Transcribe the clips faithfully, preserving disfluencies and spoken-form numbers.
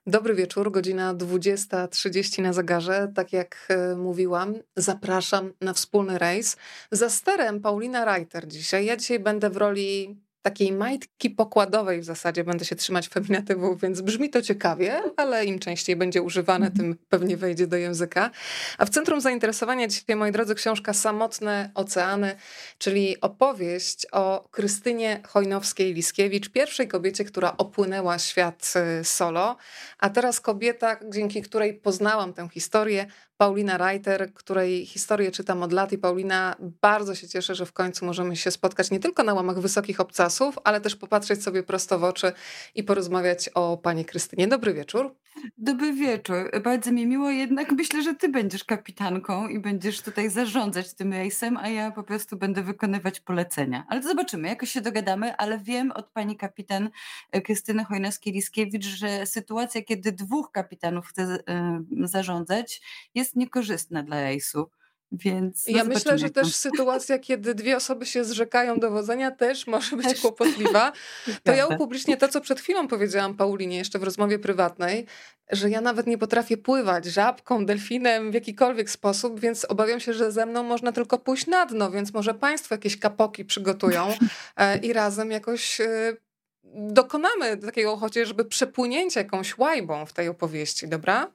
Dobry wieczór, godzina dwudziesta trzydzieści na zegarze. Tak jak e, mówiłam, zapraszam na wspólny rejs. Za sterem Paulina Reiter dzisiaj. Ja dzisiaj będę w roli takiej majtki pokładowej w zasadzie, będę się trzymać feminatywów, więc brzmi to ciekawie, ale im częściej będzie używane, tym pewnie wejdzie do języka. A w centrum zainteresowania dzisiaj, moi drodzy, książka Samotne Oceany, czyli opowieść o Krystynie Chojnowskiej-Liskiewicz, pierwszej kobiecie, która opłynęła świat e, solo. A teraz kobieta, dzięki której poznałam tę historię, Paulina Reiter, której historię czytam od lat i Paulina, bardzo się cieszę, że w końcu możemy się spotkać nie tylko na łamach Wysokich Obcasów, ale też popatrzeć sobie prosto w oczy i porozmawiać o pani Krystynie. Dobry wieczór. Dobry wieczór. Bardzo mi miło, jednak myślę, że ty będziesz kapitanką i będziesz tutaj zarządzać tym rejsem, a ja po prostu będę wykonywać polecenia. Ale to zobaczymy, jakoś się dogadamy, ale wiem od pani kapitan e, Krystyny Chojnowskiej-Liskiewicz, że sytuacja, kiedy dwóch kapitanów chce e, zarządzać, jest niekorzystna dla rejsu. Więc no Ja myślę, zobaczymy, że jak tam też sytuacja, kiedy dwie osoby się zrzekają dowodzenia, też może być też. kłopotliwa. To To ja prawda. upublicznię to, co przed chwilą powiedziałam Paulinie jeszcze w rozmowie prywatnej, że ja nawet nie potrafię pływać żabką, delfinem w jakikolwiek sposób, więc obawiam się, że ze mną można tylko pójść na dno, więc może państwo jakieś kapoki przygotują e, i razem jakoś e, dokonamy takiego chociażby przepłynięcia jakąś łajbą w tej opowieści, dobra?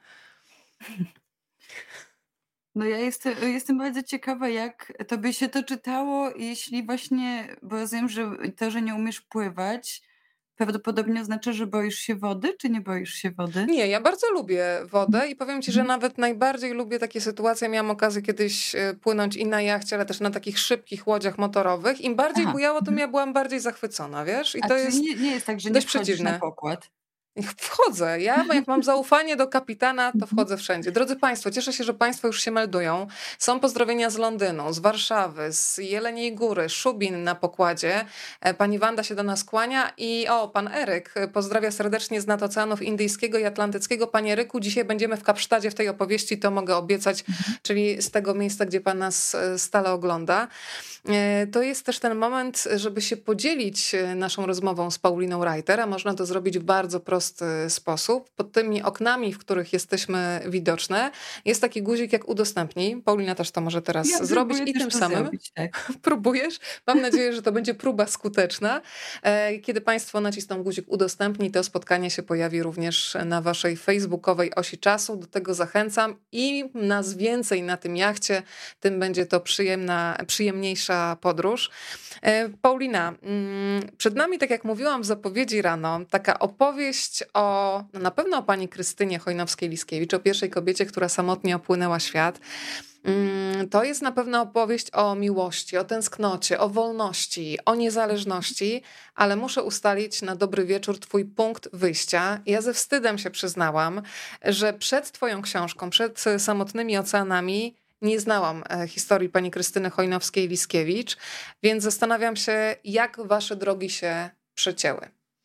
No ja jestem, jestem bardzo ciekawa, jak to by się to czytało, jeśli właśnie, bo rozumiem, że to, że nie umiesz pływać, prawdopodobnie oznacza, że boisz się wody, czy nie boisz się wody? Nie, ja bardzo lubię wodę i powiem ci, że Mhm. nawet najbardziej lubię takie sytuacje. Miałam okazję kiedyś e, płynąć i na jachcie, ale też na takich szybkich łodziach motorowych. Im bardziej Aha. bujało, tym Mhm. ja byłam bardziej zachwycona, wiesz? I A to czyli jest nie, nie jest tak, że nie dość wchodzisz na przeciwne. pokład? Wchodzę. Ja, jak mam zaufanie do kapitana, to Mhm. wchodzę wszędzie. Drodzy Państwo, cieszę się, że Państwo już się meldują. Są pozdrowienia z Londynu, z Warszawy, z Jeleniej Góry, Szubin na pokładzie. E, Pani Wanda się do nas kłania i o, pan Eryk e, pozdrawia serdecznie z nad Oceanów Indyjskiego i Atlantyckiego. Panie Eryku, dzisiaj będziemy w Kapsztadzie w tej opowieści, to mogę obiecać, Mhm. czyli z tego miejsca, gdzie Pan nas e, stale ogląda. E, To jest też ten moment, żeby się podzielić e, naszą rozmową z Pauliną Reiter, a można to zrobić w bardzo prosty sposób. Pod tymi oknami, w których jesteśmy widoczne, jest taki guzik jak udostępnij. Paulina też to może teraz Ja zrobić próbuję i też tym to samym zrobić, tak. próbujesz. Mam nadzieję, że to będzie próba skuteczna. E, Kiedy Państwo nacisną guzik udostępnij, to spotkanie się pojawi również na waszej facebookowej osi czasu. Do tego zachęcam i nas więcej na tym jachcie, tym będzie to przyjemna, przyjemniejsza podróż. E, Paulina, mm, przed nami, tak jak mówiłam w zapowiedzi rano, taka opowieść o, no na pewno o pani Krystynie Chojnowskiej-Liskiewicz, o pierwszej kobiecie, która samotnie opłynęła świat. Mm, To jest na pewno opowieść o miłości, o tęsknocie, o wolności, o niezależności, ale muszę ustalić na dobry wieczór twój punkt wyjścia. Ja ze wstydem się przyznałam, że przed twoją książką, przed Samotnymi Oceanami nie znałam e, historii pani Krystyny Chojnowskiej-Liskiewicz, więc zastanawiam się, jak wasze drogi się przecięły.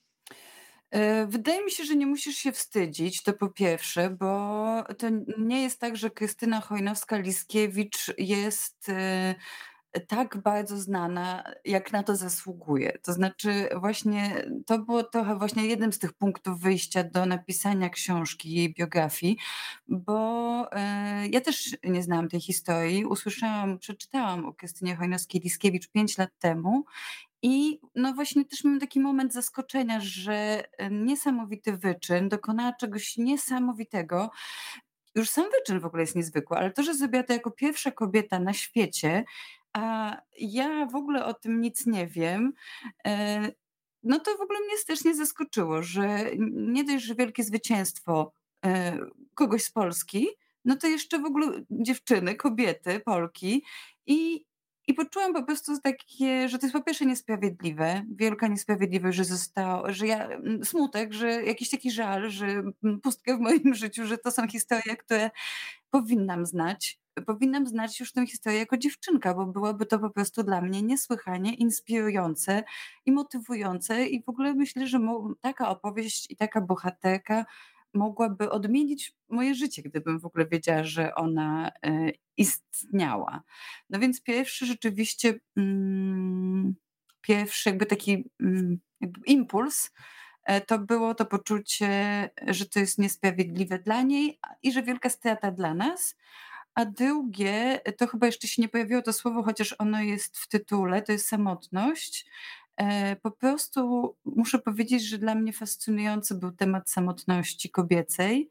E, Wydaje mi się, że nie musisz się wstydzić, to po pierwsze, bo to nie jest tak, że Krystyna Chojnowska-Liskiewicz jest e, tak bardzo znana, jak na to zasługuje. To znaczy właśnie to było trochę właśnie jednym z tych punktów wyjścia do napisania książki, jej biografii, bo e, ja też nie znałam tej historii. Usłyszałam, przeczytałam o Krystynie Chojnowskiej-Liskiewicz pięć lat temu i no właśnie też mam taki moment zaskoczenia, że e, niesamowity wyczyn, dokonała czegoś niesamowitego. Już sam wyczyn w ogóle jest niezwykły, ale to, że zrobiła to jako pierwsza kobieta na świecie, a ja w ogóle o tym nic nie wiem, e, no to w ogóle mnie strasznie zaskoczyło, że nie dość, że wielkie zwycięstwo e, kogoś z Polski, no to jeszcze w ogóle dziewczyny, kobiety, Polki i i poczułam po prostu takie, że to jest po pierwsze niesprawiedliwe, wielka niesprawiedliwość, że zostało, że ja mm, smutek, że jakiś taki żal, że mm, pustkę w moim życiu, że to są historie, które powinnam znać. Powinnam znać już tę historię jako dziewczynka, bo byłoby to po prostu dla mnie niesłychanie inspirujące i motywujące i w ogóle myślę, że mo taka opowieść i taka bohaterka mogłaby odmienić moje życie, gdybym w ogóle wiedziała, że ona, e, istniała. No więc pierwszy rzeczywiście, mm, pierwszy jakby taki, mm, jakby impuls, e, to było to poczucie, że to jest niesprawiedliwe dla niej i że wielka strata dla nas. A drugie, to chyba jeszcze się nie pojawiło to słowo, chociaż ono jest w tytule, to jest samotność. E, po prostu muszę powiedzieć, że dla mnie fascynujący był temat samotności kobiecej.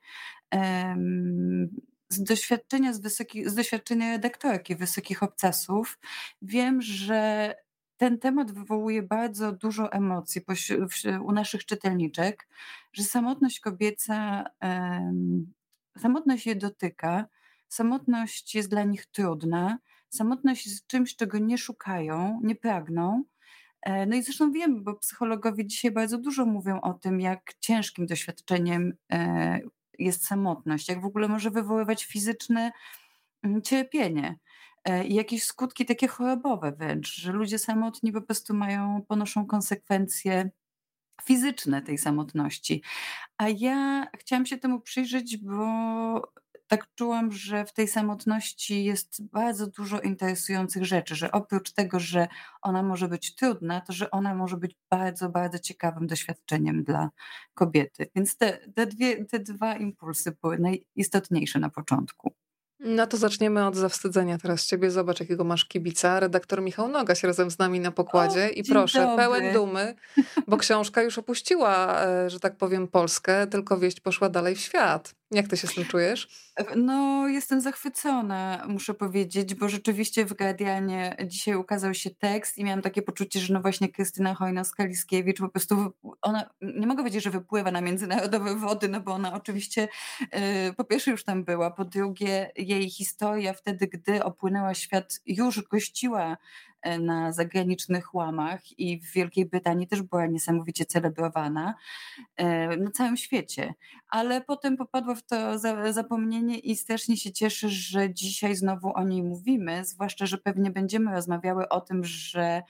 Em, z doświadczenia z wysoki z doświadczenia redaktorki Wysokich Obcasów wiem, że ten temat wywołuje bardzo dużo emocji poś wś u naszych czytelniczek, że samotność kobieca, em, samotność je dotyka, samotność jest dla nich trudna, samotność jest czymś, czego nie szukają, nie pragną. E, no i zresztą wiem, bo psychologowie dzisiaj bardzo dużo mówią o tym, jak ciężkim doświadczeniem, e, jest samotność, jak w ogóle może wywoływać fizyczne, mm, cierpienie, e, i jakieś skutki takie chorobowe wręcz, że ludzie samotni po prostu mają ponoszą konsekwencje fizyczne tej samotności. A ja chciałam się temu przyjrzeć, bo tak czułam, że w tej samotności jest bardzo dużo interesujących rzeczy, że oprócz tego, że ona może być trudna, to że ona może być bardzo, bardzo ciekawym doświadczeniem dla kobiety. Więc te, te, dwie, te dwa impulsy były najistotniejsze na początku. No to zaczniemy od zawstydzenia teraz ciebie. Zobacz, jakiego masz kibica. Redaktor Michał Nogaś razem z nami na O, pokładzie. I dzień proszę, pełen dobry. dumy, bo książka już opuściła, e, że tak powiem, Polskę, tylko wieść poszła dalej w świat. Jak ty się z tym czujesz? No, jestem zachwycona, muszę powiedzieć, bo rzeczywiście w Guardianie dzisiaj ukazał się tekst i miałam takie poczucie, że no właśnie Krystyna Hojnowska-Liskiewicz po prostu wy- ona, nie mogę powiedzieć, że wypływa na międzynarodowe wody, no bo ona oczywiście y, po pierwsze już tam była, po drugie jej historia wtedy, gdy opłynęła świat, już gościła e, na zagranicznych łamach i w Wielkiej Brytanii też była niesamowicie celebrowana e, na całym świecie. Ale potem popadła w to za zapomnienie i strasznie się cieszę, że dzisiaj znowu o niej mówimy, zwłaszcza, że pewnie będziemy rozmawiały o tym, że,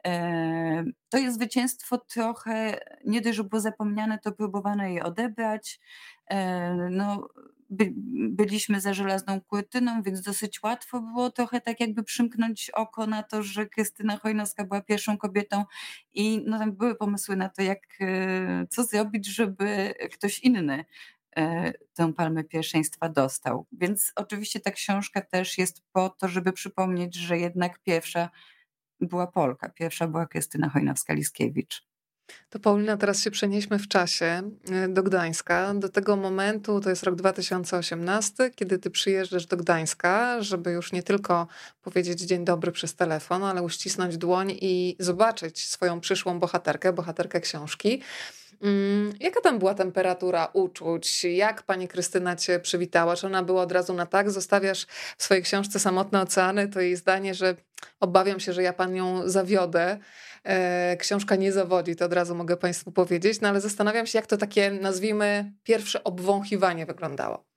e, to jest zwycięstwo trochę nie dość, że było zapomniane, to próbowano je odebrać. E, no, by byliśmy za żelazną kurtyną, więc dosyć łatwo było trochę tak jakby przymknąć oko na to, że Krystyna Hojnowska była pierwszą kobietą i no, tam były pomysły na to, jak, e, co zrobić, żeby ktoś inny e, tę palmę pierwszeństwa dostał. Więc oczywiście ta książka też jest po to, żeby przypomnieć, że jednak pierwsza była Polka, pierwsza była Krystyna Hojnowska-Liskiewicz. To Paulina, teraz się przenieśmy w czasie y, do Gdańska. Do tego momentu, to jest rok dwa tysiące osiemnasty, kiedy ty przyjeżdżasz do Gdańska, żeby już nie tylko powiedzieć dzień dobry przez telefon, ale uścisnąć dłoń i zobaczyć swoją przyszłą bohaterkę, bohaterkę książki. Mm, Jaka tam była temperatura uczuć? Jak pani Krystyna cię przywitała? Czy ona była od razu na tak? Zostawiasz w swojej książce Samotne Oceany, to jej zdanie, że obawiam się, że ja panią zawiodę. E, Książka nie zawodzi, to od razu mogę państwu powiedzieć, no ale zastanawiam się, jak to takie, nazwijmy, pierwsze obwąchiwanie wyglądało.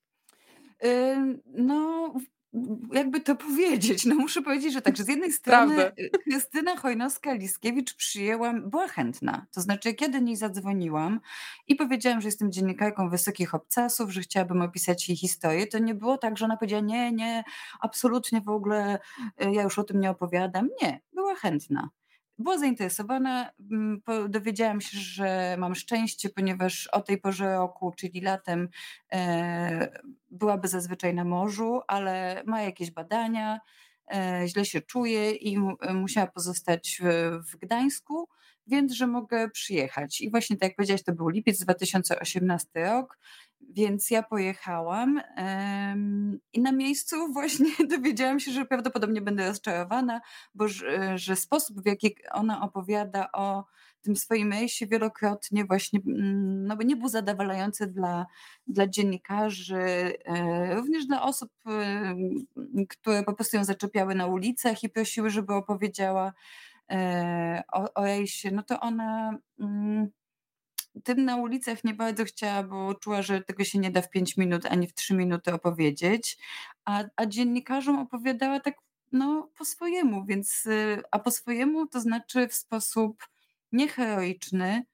Ym, no, w jakby to powiedzieć, no muszę powiedzieć, że tak, że z jednej strony, Prawdę. y, Krystyna Hojnowska-Liskiewicz przyjęła była chętna. To znaczy, jak ja do niej zadzwoniłam i powiedziałam, że jestem dziennikarką Wysokich Obcasów, że chciałabym opisać jej historię, to nie było tak, że ona powiedziała: „Nie, nie, absolutnie w ogóle, y, ja już o tym nie opowiadam”. Nie, była chętna. Była zainteresowana, mm, po dowiedziałam się, że mam szczęście, ponieważ o tej porze roku, czyli latem, e, byłaby zazwyczaj na morzu, ale ma jakieś badania, e, źle się czuje i mu e, musiała pozostać w w Gdańsku, więc że mogę przyjechać. I właśnie tak jak powiedziałaś, to był lipiec dwa tysiące osiemnasty rok, więc ja pojechałam, em, i na miejscu właśnie dowiedziałam się, że prawdopodobnie będę rozczarowana, bo że że sposób, w jaki ona opowiada o tym swoim rejsie wielokrotnie właśnie, mm, no, bo nie był zadowalający dla dla dziennikarzy, e, również dla osób, em, które po prostu ją zaczepiały na ulicach i prosiły, żeby opowiedziała, e, o o rejsie. No to ona, mm, tym na ulicach nie bardzo chciała, bo czuła, że tego się nie da w pięć minut ani w trzy minuty opowiedzieć, a a dziennikarzom opowiadała tak, no, po swojemu, więc, y a po swojemu to znaczy w sposób nieheroiczny,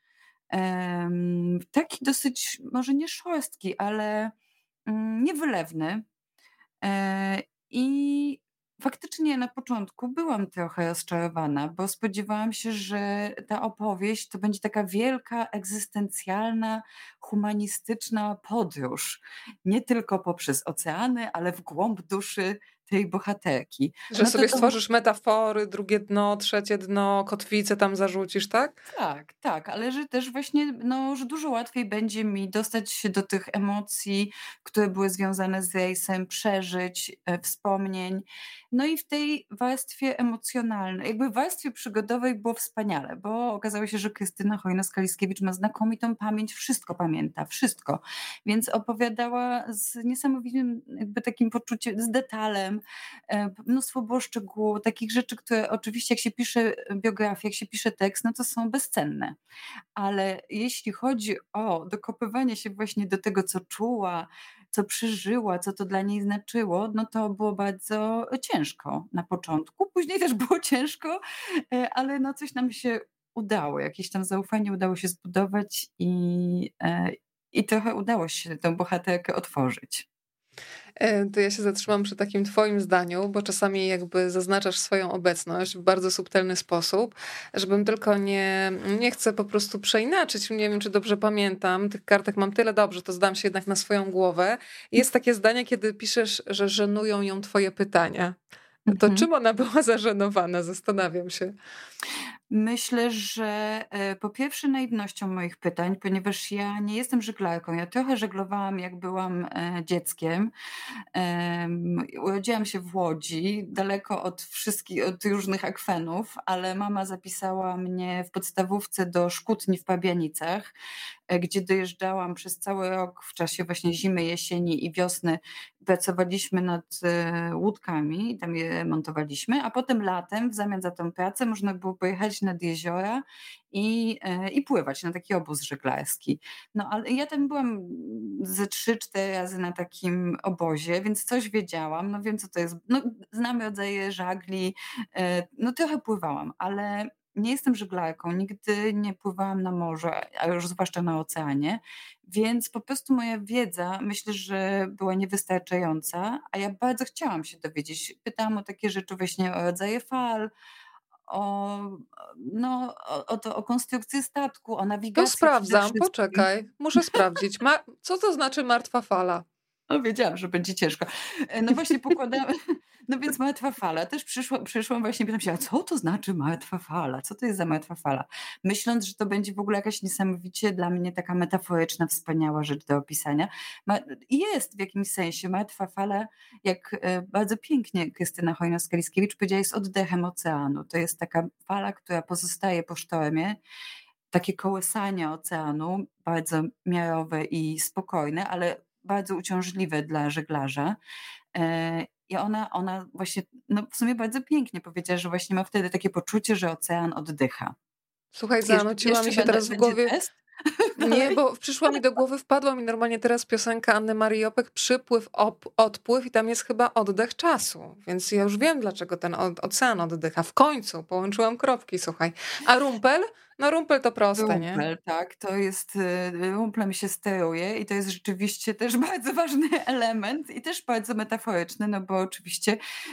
em, taki dosyć może nie szorstki, ale, mm, niewylewny, e, i faktycznie na początku byłam trochę rozczarowana, bo spodziewałam się, że ta opowieść to będzie taka wielka, egzystencjalna, humanistyczna podróż. Nie tylko poprzez oceany, ale w głąb duszy tej bohaterki. Że No to sobie to stworzysz metafory, drugie dno, trzecie dno, kotwicę tam zarzucisz, tak? tak, tak, ale że też właśnie, no, że dużo łatwiej będzie mi dostać się do tych emocji, które były związane z rejsem, przeżyć, e, wspomnień. No i w tej warstwie emocjonalnej, jakby w warstwie przygodowej było wspaniale, bo okazało się, że Krystyna Hojna-Skaliskiewicz ma znakomitą pamięć, wszystko pamięta, wszystko. Więc opowiadała z niesamowitym jakby takim poczuciem, z detalem. E, Mnóstwo było szczegółów, takich rzeczy, które oczywiście jak się pisze biografię, jak się pisze tekst, no to są bezcenne. Ale jeśli chodzi o dokopywanie się właśnie do tego, co czuła, co przeżyła, co to dla niej znaczyło, no to było bardzo ciężko na początku. Później też było ciężko, e, ale no coś nam się udało. Jakieś tam zaufanie udało się zbudować i, e, i trochę udało się tę bohaterkę otworzyć. E, To ja się zatrzymam przy takim twoim zdaniu, bo czasami jakby zaznaczasz swoją obecność w bardzo subtelny sposób, żebym tylko nie, nie chcę po prostu przeinaczyć, nie wiem, czy dobrze pamiętam, tych kartek mam tyle dobrze, to zdam się jednak na swoją głowę. Jest takie zdanie, kiedy piszesz, że żenują ją twoje pytania. To Mhm. czym ona była zażenowana? Zastanawiam się. Myślę, że e, po pierwsze naiwnością moich pytań, ponieważ ja nie jestem żeglarką. Ja trochę żeglowałam, jak byłam e, dzieckiem. Em, Urodziłam się w Łodzi, daleko od wszystkich, od różnych akwenów, ale mama zapisała mnie w podstawówce do szkutni w Pabianicach, e, gdzie dojeżdżałam przez cały rok w czasie właśnie zimy, jesieni i wiosny. Pracowaliśmy nad e, łódkami, tam je montowaliśmy, a potem latem w zamian za tą pracę można było pojechać nad jeziora i, e, i pływać na taki obóz żeglarski. No ale ja tam byłam ze trzy cztery razy na takim obozie, więc coś wiedziałam. No wiem, co to jest. No, znam rodzaje żagli, e, no trochę pływałam, ale nie jestem żeglarką, nigdy nie pływałam na morze, a już zwłaszcza na oceanie, więc po prostu moja wiedza myślę, że była niewystarczająca, a ja bardzo chciałam się dowiedzieć. Pytałam o takie rzeczy właśnie o rodzaje fal, o, no, o, o, to, o konstrukcję statku, o To nawigację przede sprawdzam, wszystkim. poczekaj, muszę sprawdzić. Ma... Co to znaczy martwa fala? No wiedziałam, że będzie ciężko. E, no właśnie pokładamy no więc martwa fala. Też przyszła przyszłam właśnie, pytam się: "A co to znaczy martwa fala? Co to jest za martwa fala?" Myśląc, że to będzie w ogóle jakaś niesamowicie dla mnie taka metaforyczna, wspaniała rzecz do opisania. Ma i jest w jakimś sensie. Martwa fala, jak, e, bardzo pięknie Krystyna Hojna-Skaliskiewicz powiedziała, jest oddechem oceanu. To jest taka fala, która pozostaje po sztormie, takie kołysanie oceanu, bardzo miarowe i spokojne, ale bardzo uciążliwe dla żeglarza. E, I ona ona właśnie, no w sumie bardzo pięknie powiedziała, że właśnie ma wtedy takie poczucie, że ocean oddycha. Słuchaj, Jeszcze zanuciła mi jeszcze się będę teraz w będzie głowie. test Nie, dalej? bo przyszła mi do głowy, wpadła mi normalnie teraz piosenka Anny Marii Opek, przypływ, op, odpływ i tam jest chyba oddech czasu. Więc ja już wiem, dlaczego ten o- ocean oddycha. W końcu połączyłam kropki, słuchaj. A rumpel? No rumpel to proste, nie? Rumpel, tak, to jest, y, rumplem się steruje i to jest rzeczywiście też bardzo ważny element i też bardzo metaforyczny, no bo oczywiście,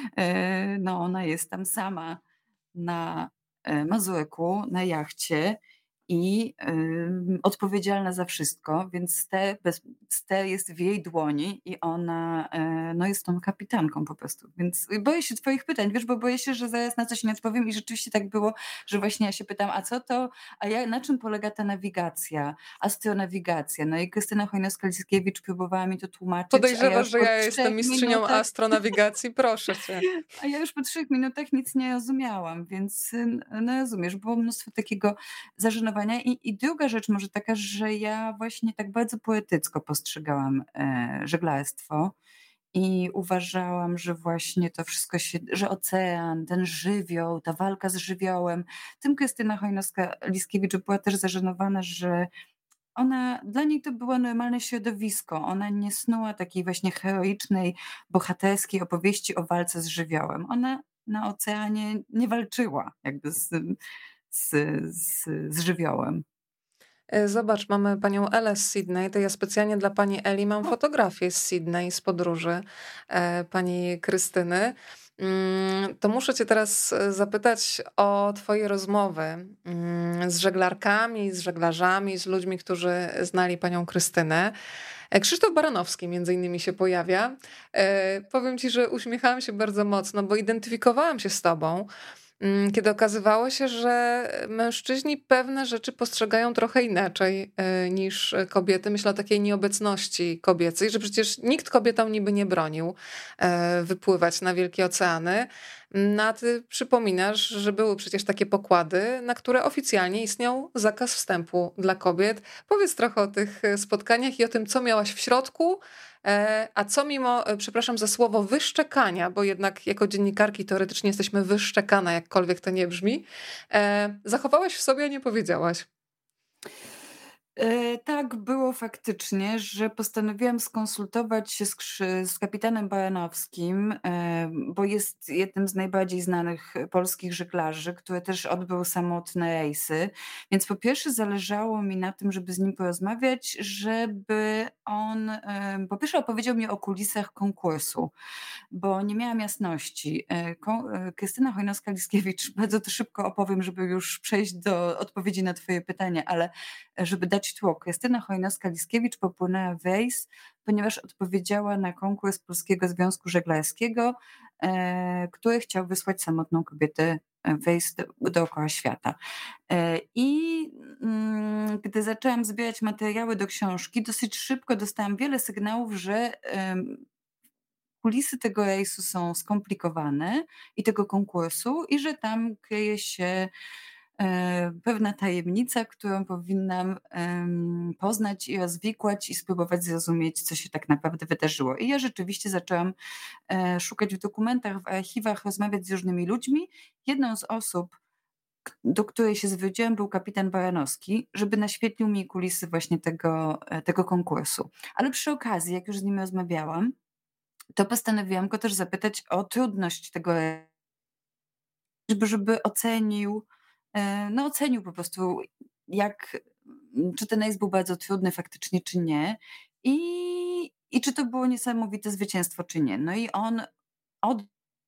e, no ona jest tam sama na, e, Mazurku, na jachcie i, ym, odpowiedzialna za wszystko, więc ster bez ster jest w jej dłoni i ona, e, no jest tą kapitanką po prostu. Więc boję się twoich pytań, wiesz, bo boję się, że zaraz na coś nie odpowiem i rzeczywiście tak było, że właśnie ja się pytam: "A co to a ja na czym polega ta nawigacja, astronawigacja?" No i Krystyna Hojna-Skalskiewicz próbowała mi to tłumaczyć, a ja Podejrzewasz, już że po ja jestem trzech mistrzynią minutach astronawigacji? Proszę cię. a ja już po trzech minutach nic nie rozumiałam, więc, y, no rozumiesz, było mnóstwo takiego zażenowania. I i druga rzecz może taka, że ja właśnie tak bardzo poetycko postrzegałam, e, żeglarstwo i uważałam, że właśnie to wszystko się że ocean, ten żywioł, ta walka z żywiołem. Tym Krystyna Hojnowska-Liskiewicz była też zażenowana, że ona dla niej to było normalne środowisko. Ona nie snuła takiej właśnie heroicznej, bohaterskiej opowieści o walce z żywiołem. Ona na oceanie nie walczyła jakby z z z z żywiołem. E, Zobacz, mamy panią Elę z Sydney, to ja specjalnie dla pani Eli mam O, fotografię z Sydney, z podróży e, pani Krystyny. Mm, To muszę cię teraz e, zapytać o twoje rozmowy mm, z żeglarkami, z żeglarzami, z ludźmi, którzy znali panią Krystynę. E, Krzysztof Baranowski między innymi się pojawia. E, Powiem ci, że uśmiechałam się bardzo mocno, bo identyfikowałam się z tobą, mm, kiedy okazywało się, że mężczyźni pewne rzeczy postrzegają trochę inaczej e, niż kobiety. Myślę o takiej nieobecności kobiecej, że przecież nikt kobietom niby nie bronił e, wypływać na wielkie oceany. No a ty przypominasz, że były przecież takie pokłady, na które oficjalnie istniał zakaz wstępu dla kobiet. Powiedz trochę o tych e, spotkaniach i o tym, co miałaś w środku, e, a co mimo, e, przepraszam za słowo, wyszczekania, bo jednak jako dziennikarki teoretycznie jesteśmy wyszczekane, jakkolwiek to nie brzmi, e, zachowałaś w sobie, a nie powiedziałaś. E, Tak było faktycznie, że postanowiłam skonsultować się z, krzy- z kapitanem Baranowskim, e, bo jest jednym z najbardziej znanych polskich żeglarzy, który też odbył samotne rejsy. Więc po pierwsze zależało mi na tym, żeby z nim porozmawiać, żeby on e, po pierwsze opowiedział mi o kulisach konkursu, bo nie miałam jasności. E, Ko- e, Krystyna Chojnowska-Liskiewicz, bardzo to szybko opowiem, żeby już przejść do odpowiedzi na twoje pytanie, ale e, żeby dać tło. Krystyna Chojnowska-Liskiewicz popłynęła w rejs, ponieważ odpowiedziała na konkurs Polskiego Związku Żeglarskiego, e, który chciał wysłać samotną kobietę e, w rejs do, dookoła świata. E, I mm, gdy zaczęłam zbierać materiały do książki, dosyć szybko dostałam wiele sygnałów, że em, kulisy tego rejsu są skomplikowane i tego konkursu, i że tam kryje się e, pewna tajemnica, którą powinnam em, poznać i rozwikłać i spróbować zrozumieć, co się tak naprawdę wydarzyło. I ja rzeczywiście zaczęłam e, szukać w dokumentach, w archiwach, rozmawiać z różnymi ludźmi. Jedną z osób, do której się zwróciłam, był kapitan Baranowski, żeby naświetlił mi kulisy właśnie tego, e, tego konkursu. Ale przy okazji, jak już z nim rozmawiałam, to postanowiłam go też zapytać o trudność tego, żeby żeby ocenił, e, no ocenił po prostu, jak czy ten rejs był bardzo trudny faktycznie, czy nie, i i czy to było niesamowite zwycięstwo, czy nie. No i on od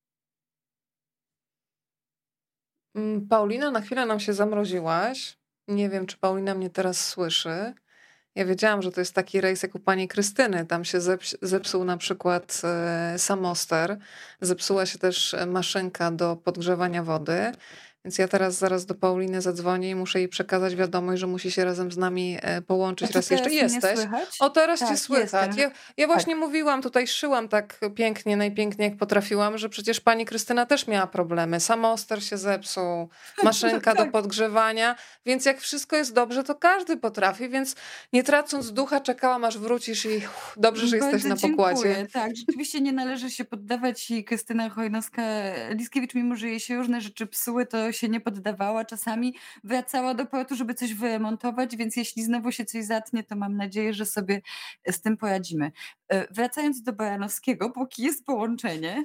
Mm, Paulina, na chwilę nam się zamroziłaś. Nie wiem, czy Paulina mnie teraz słyszy. Ja wiedziałam, że to jest taki rejs jak u pani Krystyny. Tam się zeps- zepsuł na przykład e, samoster, zepsuła się też e, maszynka do podgrzewania wody. Więc ja teraz zaraz do Pauliny zadzwonię i muszę jej przekazać wiadomość, że musi się razem z nami e, A połączyć czy raz jeszcze. teraz mnie Jesteś? słychać? O, teraz cię Tak, jestem, słychać. że Ja, ja tak. właśnie mówiłam, tutaj szyłam tak pięknie, najpiękniej jak potrafiłam, że przecież pani Krystyna też miała problemy. Samoster się zepsuł, maszynka do Tak. podgrzewania, więc jak wszystko jest dobrze, to każdy potrafi, więc nie tracąc ducha, czekałam aż wrócisz i uff, dobrze, że jesteś Bardzo na pokładzie. dziękuję. Tak, rzeczywiście nie należy się poddawać i Krystyna Chojnowska-Liskiewicz, mimo że jej się różne rzeczy psuły, to się nie poddawała. Czasami wracała do portu, żeby coś wyremontować, więc jeśli znowu się coś zatnie, to mam nadzieję, że sobie z tym poradzimy. E, Wracając do Baranowskiego, póki jest połączenie,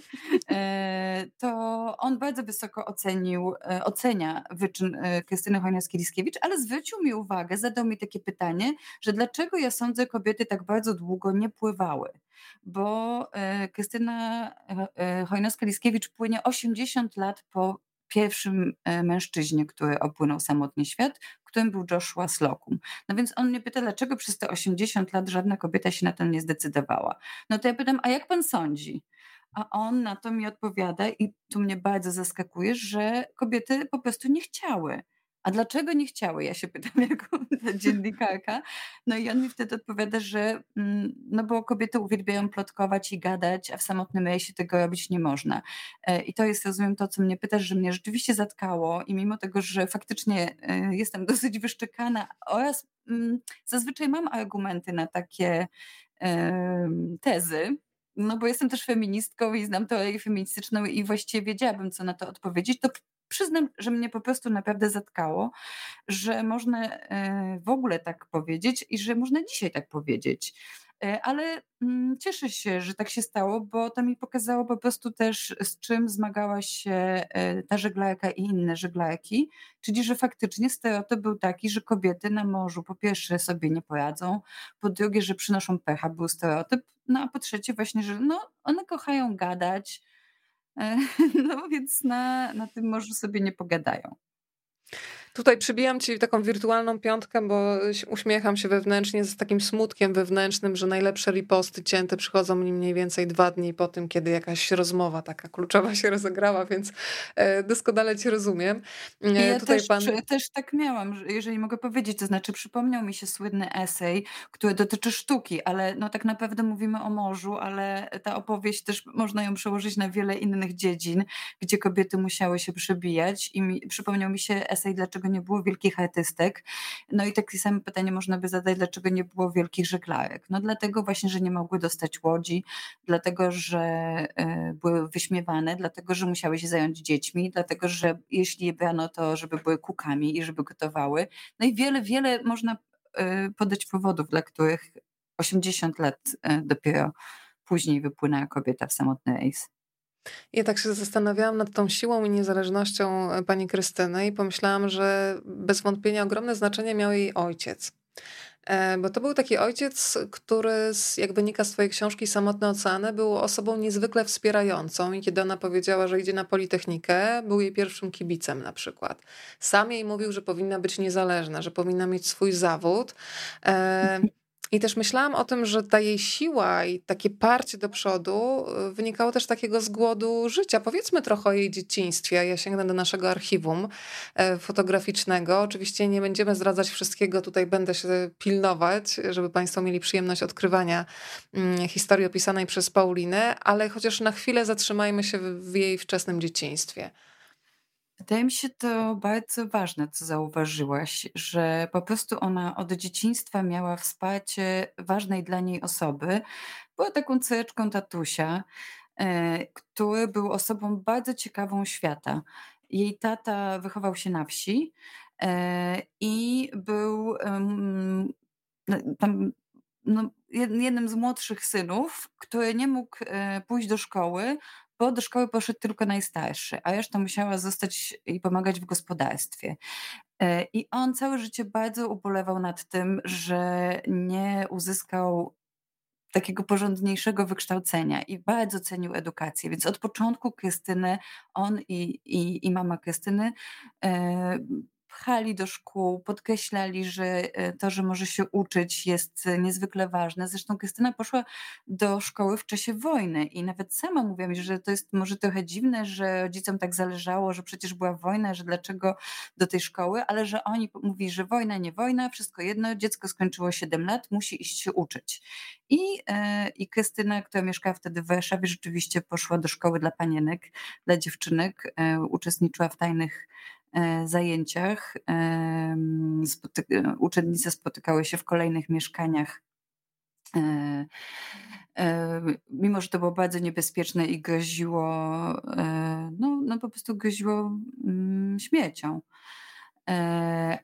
e, to on bardzo wysoko ocenił, e, ocenia wyczyn e, Krystyny Chojnowskiej-Liskiewicz, ale zwrócił mi uwagę, zadał mi takie pytanie, że dlaczego ja sądzę, kobiety tak bardzo długo nie pływały. Bo e, Krystyna e, e, Chojnowska-Liskiewicz płynie osiemdziesiąt lat po pierwszym e, mężczyźnie, który opłynął samotnie świat, którym był Joshua Slocum. No więc on mnie pyta, dlaczego przez te osiemdziesiąt lat żadna kobieta się na to nie zdecydowała. No to ja pytam, a jak pan sądzi? A on na to mi odpowiada, i tu mnie bardzo zaskakuje, że kobiety po prostu nie chciały. A dlaczego nie chciały? Ja się pytam jako ta dziennikarka. No i on mi wtedy odpowiada, że mm, no bo kobiety uwielbiają plotkować i gadać, a w samotnym rejsie tego robić nie można. E, I to jest, rozumiem, to, co mnie pytasz, że mnie rzeczywiście zatkało, i mimo tego, że faktycznie e, jestem dosyć wyszczekana oraz mm, zazwyczaj mam argumenty na takie em, tezy, no bo jestem też feministką i znam teorię feministyczną i właściwie wiedziałabym, co na to odpowiedzieć, to przyznam, że mnie po prostu naprawdę zatkało, że można e, w ogóle tak powiedzieć i że można dzisiaj tak powiedzieć. E, Ale mm, cieszę się, że tak się stało, bo to mi pokazało po prostu też, z czym zmagała się e, ta żeglarka i inne żeglarki, czyli że faktycznie stereotyp był taki, że kobiety na morzu po pierwsze sobie nie poradzą, po drugie, że przynoszą pecha, był stereotyp, no a po trzecie właśnie, że no, one kochają gadać, E, No więc na, na tym może sobie nie pogadają. Tutaj przybijam ci taką wirtualną piątkę, bo uśmiecham się wewnętrznie z takim smutkiem wewnętrznym, że najlepsze riposty cięte przychodzą mi mniej więcej dwa dni po tym, kiedy jakaś rozmowa taka kluczowa się rozegrała, więc e, doskonale cię rozumiem. I E, ja Tutaj też, pan... też tak miałam, że jeżeli mogę powiedzieć, to znaczy przypomniał mi się słynny esej, który dotyczy sztuki, ale no tak naprawdę mówimy o morzu, ale ta opowieść też można ją przełożyć na wiele innych dziedzin, gdzie kobiety musiały się przebijać i mi, przypomniał mi się esej "Dlaczego nie było wielkich artystek?". No i takie samo pytanie można by zadać, dlaczego nie było wielkich żeglarek. No dlatego właśnie, że nie mogły dostać łodzi, dlatego, że e, były wyśmiewane, dlatego, że musiały się zająć dziećmi, dlatego, że jeśli je brano, to żeby były kukami i żeby gotowały. No i wiele, wiele można e, podać powodów, dla których osiemdziesiąt lat e, dopiero później wypłynęła kobieta w samotny rejs. Ja tak się zastanawiałam nad tą siłą i niezależnością e, pani Krystyny i pomyślałam, że bez wątpienia ogromne znaczenie miał jej ojciec. E, Bo to był taki ojciec, który, z- jak wynika z twojej książki Samotne Oceany, był osobą niezwykle wspierającą i kiedy ona powiedziała, że idzie na Politechnikę, był jej pierwszym kibicem na przykład. Sam jej mówił, że powinna być niezależna, że powinna mieć swój zawód. E, I też myślałam o tym, że ta jej siła i takie parcie do przodu e, wynikało też z takiego z głodu życia. Powiedzmy trochę o jej dzieciństwie. Ja sięgnę do naszego archiwum e, fotograficznego. Oczywiście nie będziemy zdradzać wszystkiego, tutaj będę się pilnować, żeby Państwo mieli przyjemność odkrywania mm, historii opisanej przez Paulinę, ale chociaż na chwilę zatrzymajmy się w w jej wczesnym dzieciństwie. Wydaje mi się to bardzo ważne, co zauważyłaś, że po prostu ona od dzieciństwa miała wsparcie ważnej dla niej osoby. Była taką córeczką tatusia, e, który był osobą bardzo ciekawą świata. Jej tata wychował się na wsi e, i był em, no, tam no, jed- jednym z młodszych synów, który nie mógł e, pójść do szkoły, bo do szkoły poszedł tylko najstarszy, a reszta musiała zostać i pomagać w gospodarstwie. E, I on całe życie bardzo ubolewał nad tym, że nie uzyskał takiego porządniejszego wykształcenia i bardzo cenił edukację. Więc od początku Krystynę on i, i, i mama Krystyny e, pchali do szkół, podkreślali, że e, to, że może się uczyć, jest e, niezwykle ważne. Zresztą Krystyna poszła do szkoły w czasie wojny i nawet sama mówiła mi, że to jest może trochę dziwne, że rodzicom tak zależało, że przecież była wojna, że dlaczego do tej szkoły, ale że oni p- mówi, że wojna, nie wojna, wszystko jedno, dziecko skończyło siedem lat, musi iść się uczyć. I, e, I Krystyna, która mieszkała wtedy w Warszawie, rzeczywiście poszła do szkoły dla panienek, dla dziewczynek, e, uczestniczyła w tajnych e, zajęciach. Em, spoty- e, Uczennice spotykały się w kolejnych mieszkaniach. E, e, Mimo, że to było bardzo niebezpieczne i groziło, e, no, no po prostu groziło mm, śmiercią. E,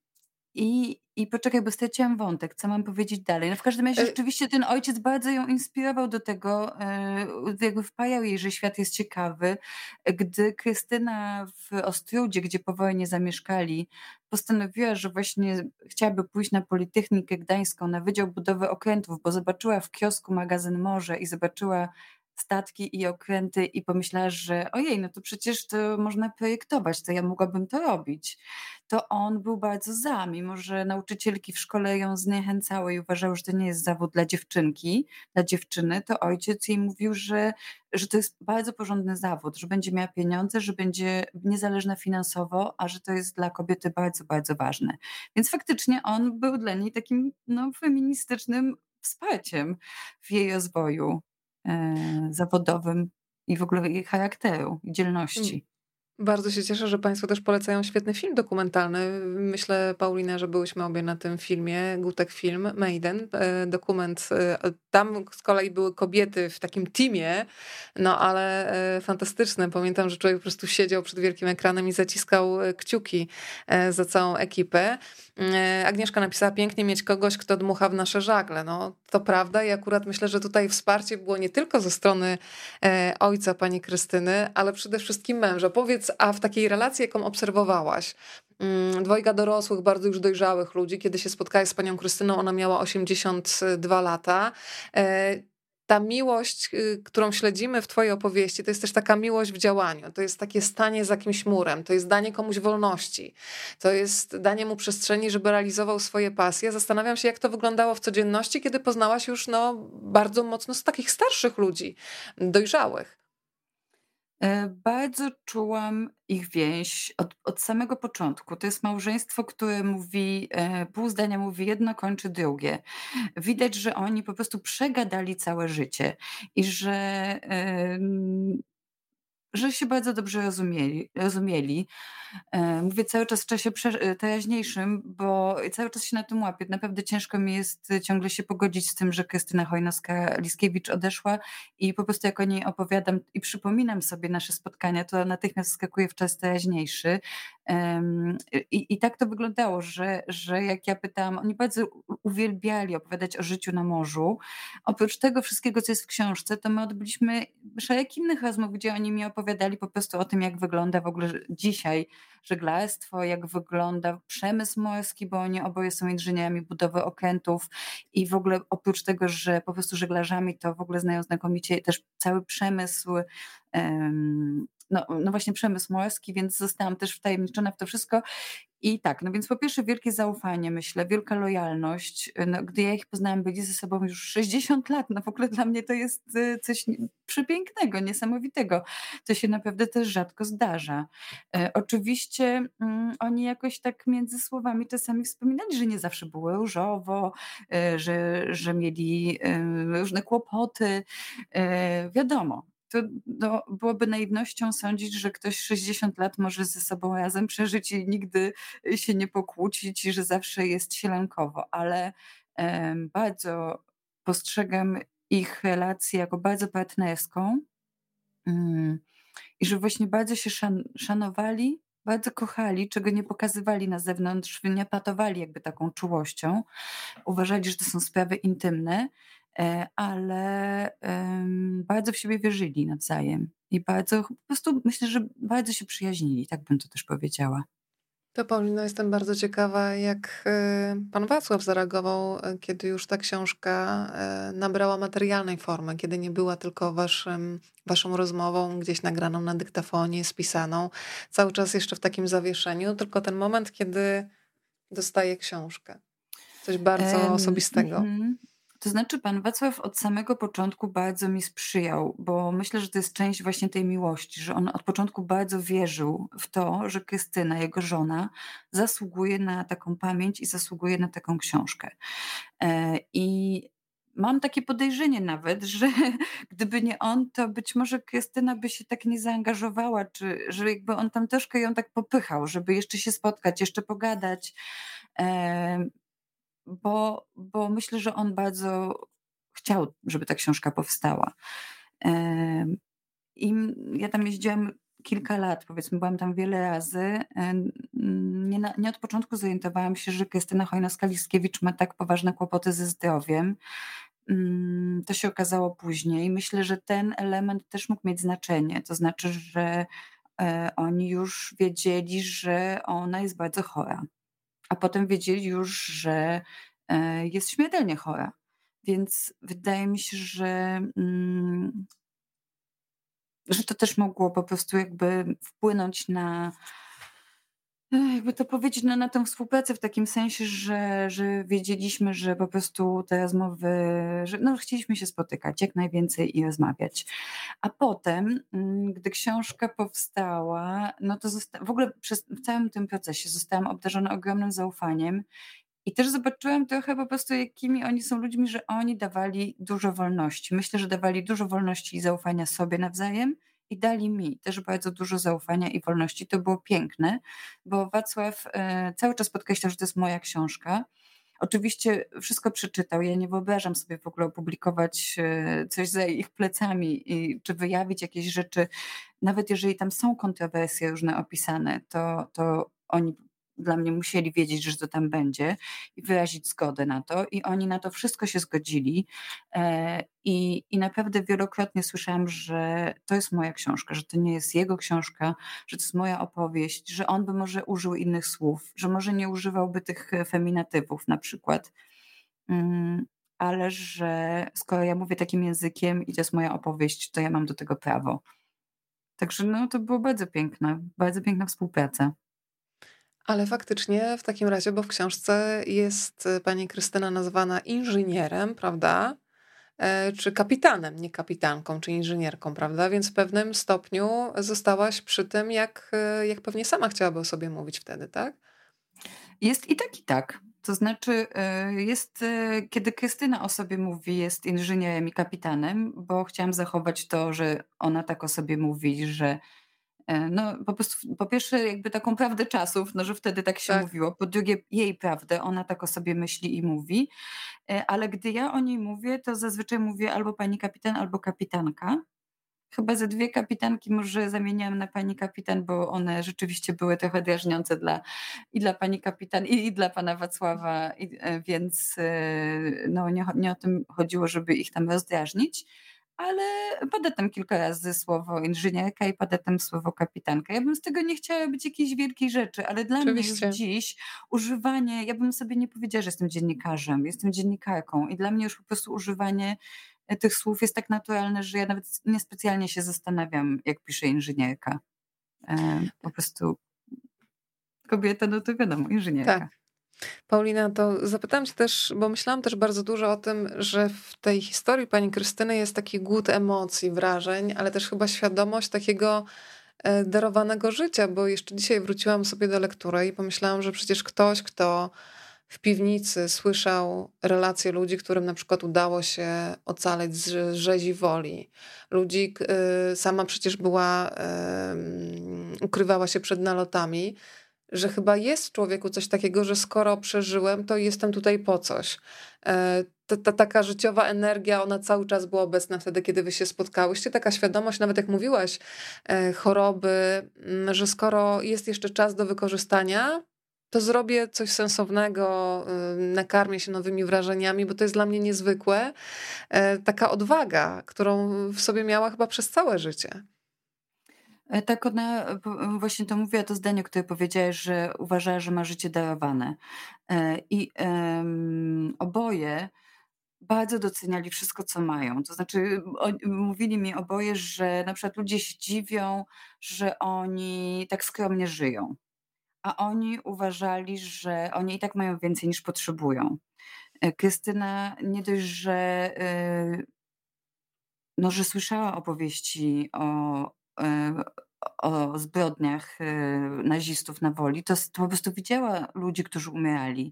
i i poczekaj, bo straciłam wątek, co mam powiedzieć dalej? No w każdym razie E, rzeczywiście ten ojciec bardzo ją inspirował do tego, e, jakby wpajał jej, że świat jest ciekawy. Gdy Krystyna w Ostródzie, gdzie po wojnie zamieszkali, postanowiła, że właśnie chciałaby pójść na Politechnikę Gdańską, na Wydział Budowy Okrętów, bo zobaczyła w kiosku magazyn Morze i zobaczyła statki i okręty i pomyślała, że ojej, no to przecież to można projektować, to ja mogłabym to robić. To on był bardzo za, mimo że nauczycielki w szkole ją zniechęcały i uważały, że to nie jest zawód dla dziewczynki, dla dziewczyny, to ojciec jej mówił, że, że to jest bardzo porządny zawód, że będzie miała pieniądze, że będzie niezależna finansowo, a że to jest dla kobiety bardzo, bardzo ważne. Więc faktycznie on był dla niej takim no, feministycznym wsparciem w jej rozwoju e, zawodowym i w ogóle jej charakteru i dzielności. Bardzo się cieszę, że Państwo też polecają świetny film dokumentalny. Myślę, Paulina, że byłyśmy obie na tym filmie, Gutek Film, Maiden, e, dokument. e, Tam z kolei były kobiety w takim teamie, no ale e, fantastyczne. Pamiętam, że człowiek po prostu siedział przed wielkim ekranem i zaciskał e, kciuki e, za całą ekipę. E, Agnieszka napisała: pięknie mieć kogoś, kto dmucha w nasze żagle. No, to prawda i akurat myślę, że tutaj wsparcie było nie tylko ze strony e, ojca pani Krystyny, ale przede wszystkim męża. Powiedz, a w takiej relacji, jaką obserwowałaś, mm, dwojga dorosłych, bardzo już dojrzałych ludzi, kiedy się spotkałaś z panią Krystyną, ona miała osiemdziesiąt dwa lata. E, ta miłość, y, którą śledzimy w twojej opowieści, to jest też taka miłość w działaniu. To jest takie stanie za kimś murem, to jest danie komuś wolności, to jest danie mu przestrzeni, żeby realizował swoje pasje. Zastanawiam się, jak to wyglądało w codzienności, kiedy poznałaś już no, bardzo mocno z takich starszych ludzi, dojrzałych. E, Bardzo czułam ich więź od, od samego początku. To jest małżeństwo, które mówi, e, pół zdania mówi jedno, kończy drugie. Widać, że oni po prostu przegadali całe życie i że em, że się bardzo dobrze rozumieli. rozumieli. E, Mówię cały czas w czasie prze- e, teraźniejszym, bo cały czas się na tym łapię. Naprawdę ciężko mi jest e, ciągle się pogodzić z tym, że Krystyna Chojnowska-Liskiewicz odeszła i po prostu jak o niej opowiadam i przypominam sobie nasze spotkania, to natychmiast skakuje w czas teraźniejszy. Em, I, I tak to wyglądało, że, że jak ja pytałam, oni bardzo u- uwielbiali opowiadać o życiu na morzu. Oprócz tego wszystkiego, co jest w książce, to my odbyliśmy szereg innych rozmów, gdzie oni mi opowiadali po prostu o tym, jak wygląda w ogóle dzisiaj żeglarstwo, jak wygląda przemysł morski, bo oni oboje są inżynierami budowy okrętów i w ogóle oprócz tego, że po prostu żeglarzami, to w ogóle znają znakomicie też cały przemysł, em, no, no właśnie przemysł morski, więc zostałam też wtajemniczona w to wszystko. I tak, no więc po pierwsze wielkie zaufanie, myślę, wielka lojalność. No, gdy ja ich poznałam, byli ze sobą już sześćdziesiąt lat. No w ogóle dla mnie to jest y, coś nie- przepięknego, niesamowitego. To się naprawdę też rzadko zdarza. E, oczywiście mm, oni jakoś tak między słowami czasami wspominali, że nie zawsze było różowo, e, że, że mieli e, różne kłopoty. E, wiadomo, to no, byłoby naiwnością sądzić, że ktoś sześćdziesiąt lat może ze sobą razem przeżyć i nigdy się nie pokłócić, i że zawsze jest sielankowo, ale em, bardzo postrzegam ich relację jako bardzo partnerską. Mm, I że właśnie bardzo się szan szanowali, bardzo kochali, czego nie pokazywali na zewnątrz, nie patowali jakby taką czułością. Uważali, że to są sprawy intymne, e, ale em, bardzo w siebie wierzyli nawzajem i bardzo po prostu myślę, że bardzo się przyjaźnili, tak bym to też powiedziała. To Paulino, jestem bardzo ciekawa, jak y, pan Wacław zareagował, y, kiedy już ta książka y, nabrała materialnej formy, kiedy nie była tylko waszym, waszą rozmową gdzieś nagraną na dyktafonie, spisaną, cały czas jeszcze w takim zawieszeniu, tylko ten moment, kiedy dostaje książkę. Coś bardzo Em, osobistego. mhm. To znaczy pan Wacław od samego początku bardzo mi sprzyjał, bo myślę, że to jest część właśnie tej miłości, że on od początku bardzo wierzył w to, że Krystyna, jego żona, zasługuje na taką pamięć i zasługuje na taką książkę. E, I mam takie podejrzenie nawet, że gdyby nie on, to być może Krystyna by się tak nie zaangażowała, czy że jakby on tam troszkę ją tak popychał, żeby jeszcze się spotkać, jeszcze pogadać. Em, bo bo myślę, że on bardzo chciał, żeby ta książka powstała. Em, i m Ja tam jeździłam kilka lat, powiedzmy, byłam tam wiele razy. Em, nie na nie od początku zorientowałam się, że Krystyna Chojnowska-Liskiewicz ma tak poważne kłopoty ze zdrowiem. Mm, to się okazało później. Myślę, że ten element też mógł mieć znaczenie. To znaczy, że, e, oni już wiedzieli, że ona jest bardzo chora. A potem wiedzieli już, że, e, jest śmiertelnie chora. Więc wydaje mi się, że, mm, że to też mogło po prostu jakby wpłynąć na, Ech, jakby to powiedzieć, no, na tę współpracę w takim sensie, że że wiedzieliśmy, że po prostu te rozmowy, że no, chcieliśmy się spotykać jak najwięcej i rozmawiać. A potem, mm, gdy książka powstała, no to zosta w ogóle przez w całym tym procesie zostałam obdarzona ogromnym zaufaniem i też zobaczyłam trochę po prostu, jakimi oni są ludźmi, że oni dawali dużo wolności. Myślę, że dawali dużo wolności i zaufania sobie nawzajem i dali mi też bardzo dużo zaufania i wolności. To było piękne, bo Wacław, e, cały czas podkreślał, że to jest moja książka. Oczywiście wszystko przeczytał. Ja nie wyobrażam sobie w ogóle opublikować, e, coś za ich plecami i czy wyjawić jakieś rzeczy, nawet jeżeli tam są kontrowersje różne opisane, to to oni dla mnie musieli wiedzieć, że to tam będzie i wyrazić zgodę na to i oni na to wszystko się zgodzili. E, i i naprawdę wielokrotnie słyszałam, że to jest moja książka, że to nie jest jego książka, że to jest moja opowieść, że on by może użył innych słów, że może nie używałby tych, e, feminatywów na przykład. Mm. ale że skoro ja mówię takim językiem i to jest moja opowieść, to ja mam do tego prawo. Także no, to było bardzo piękne, bardzo piękna współpraca. Ale faktycznie w takim razie, bo w książce jest y, pani Krystyna nazwana inżynierem, prawda? E, Czy kapitanem, nie kapitanką, czy inżynierką, prawda? Więc w pewnym stopniu zostałaś przy tym, jak, y, jak pewnie sama chciałaby o sobie mówić wtedy, tak? Jest i tak, i tak. To znaczy, e, jest, e, kiedy Krystyna o sobie mówi, jest inżynierem i kapitanem, bo chciałam zachować to, że ona tak o sobie mówi, że e, no po prostu, po pierwsze jakby taką prawdę czasów, no że wtedy tak się Tak. mówiło, po drugie jej prawdę, ona tak o sobie myśli i mówi, e, ale gdy ja o niej mówię, to zazwyczaj mówię albo pani kapitan, albo kapitanka. Chyba ze dwie kapitanki może zamieniłam na pani kapitan, bo one rzeczywiście były trochę drażniące dla i dla pani kapitan, i i dla pana Wacława, i, e, więc, e, no nie cho nie o tym chodziło, żeby ich tam rozdrażnić, ale pada tam kilka razy słowo inżynierka i pada tam słowo kapitanka. Ja bym z tego nie chciała robić jakiejś wielkiej rzeczy, ale dla mnie już Oczywiście. dziś używanie ja bym sobie nie powiedziała, że jestem dziennikarzem, jestem dziennikarką i dla mnie już po prostu używanie e, tych słów jest tak naturalne, że ja nawet niespecjalnie się zastanawiam, jak pisze inżynierka. E, po prostu kobieta, no to wiadomo, Tak. inżynierka. Paulina, to zapytałam cię też, bo myślałam też bardzo dużo o tym, że w tej historii pani Krystyny jest taki głód emocji, wrażeń, ale też chyba świadomość takiego e, darowanego życia, bo jeszcze dzisiaj wróciłam sobie do lektury i pomyślałam, że przecież ktoś, kto w piwnicy słyszał relacje ludzi, którym na przykład udało się ocaleć z rzezi woli. Ludzi, k- y, sama przecież była, em, ukrywała się przed nalotami, że chyba jest w człowieku coś takiego, że skoro przeżyłem, to jestem tutaj po coś. E, Ta, ta taka życiowa energia, ona cały czas była obecna wtedy, kiedy wy się spotkałyście. Taka świadomość, nawet jak mówiłaś, e, choroby, m, że skoro jest jeszcze czas do wykorzystania, to zrobię coś sensownego, y, nakarmię się nowymi wrażeniami, bo to jest dla mnie niezwykłe. E, Taka odwaga, którą w sobie miała chyba przez całe życie. E, tak ona e, po e, właśnie to mówiła to zdanie, które powiedziałaś, że uważała, że ma życie darowane. E, I, em, oboje bardzo doceniali wszystko, co mają. To znaczy, oni mówili mi oboje, że na przykład ludzie się dziwią, że oni tak skromnie żyją, a oni uważali, że oni i tak mają więcej niż potrzebują. E, Krystyna nie dość, że, y, no, że słyszała opowieści o, e, o zbrodniach, e, nazistów na Woli, to s to po prostu widziała ludzi, którzy umierali,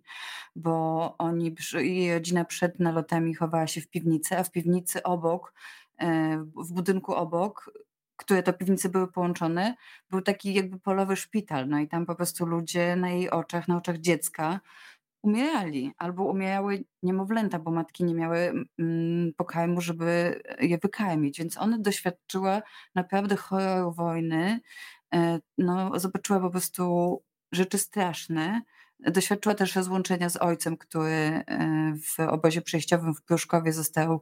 bo oni przy jej rodzina przed nalotami chowała się w piwnicy, a w piwnicy obok, e, w budynku obok, które to piwnice były połączone, był taki jakby polowy szpital. No i tam po prostu ludzie na jej oczach, na oczach dziecka umierali albo umierały niemowlęta, bo matki nie miały, mm, pokarmu, żeby je wykarmić, więc ona doświadczyła naprawdę horroru wojny. E, no, zobaczyła po prostu rzeczy straszne. Doświadczyła też rozłączenia z ojcem, który, e, w obozie przejściowym w Pruszkowie został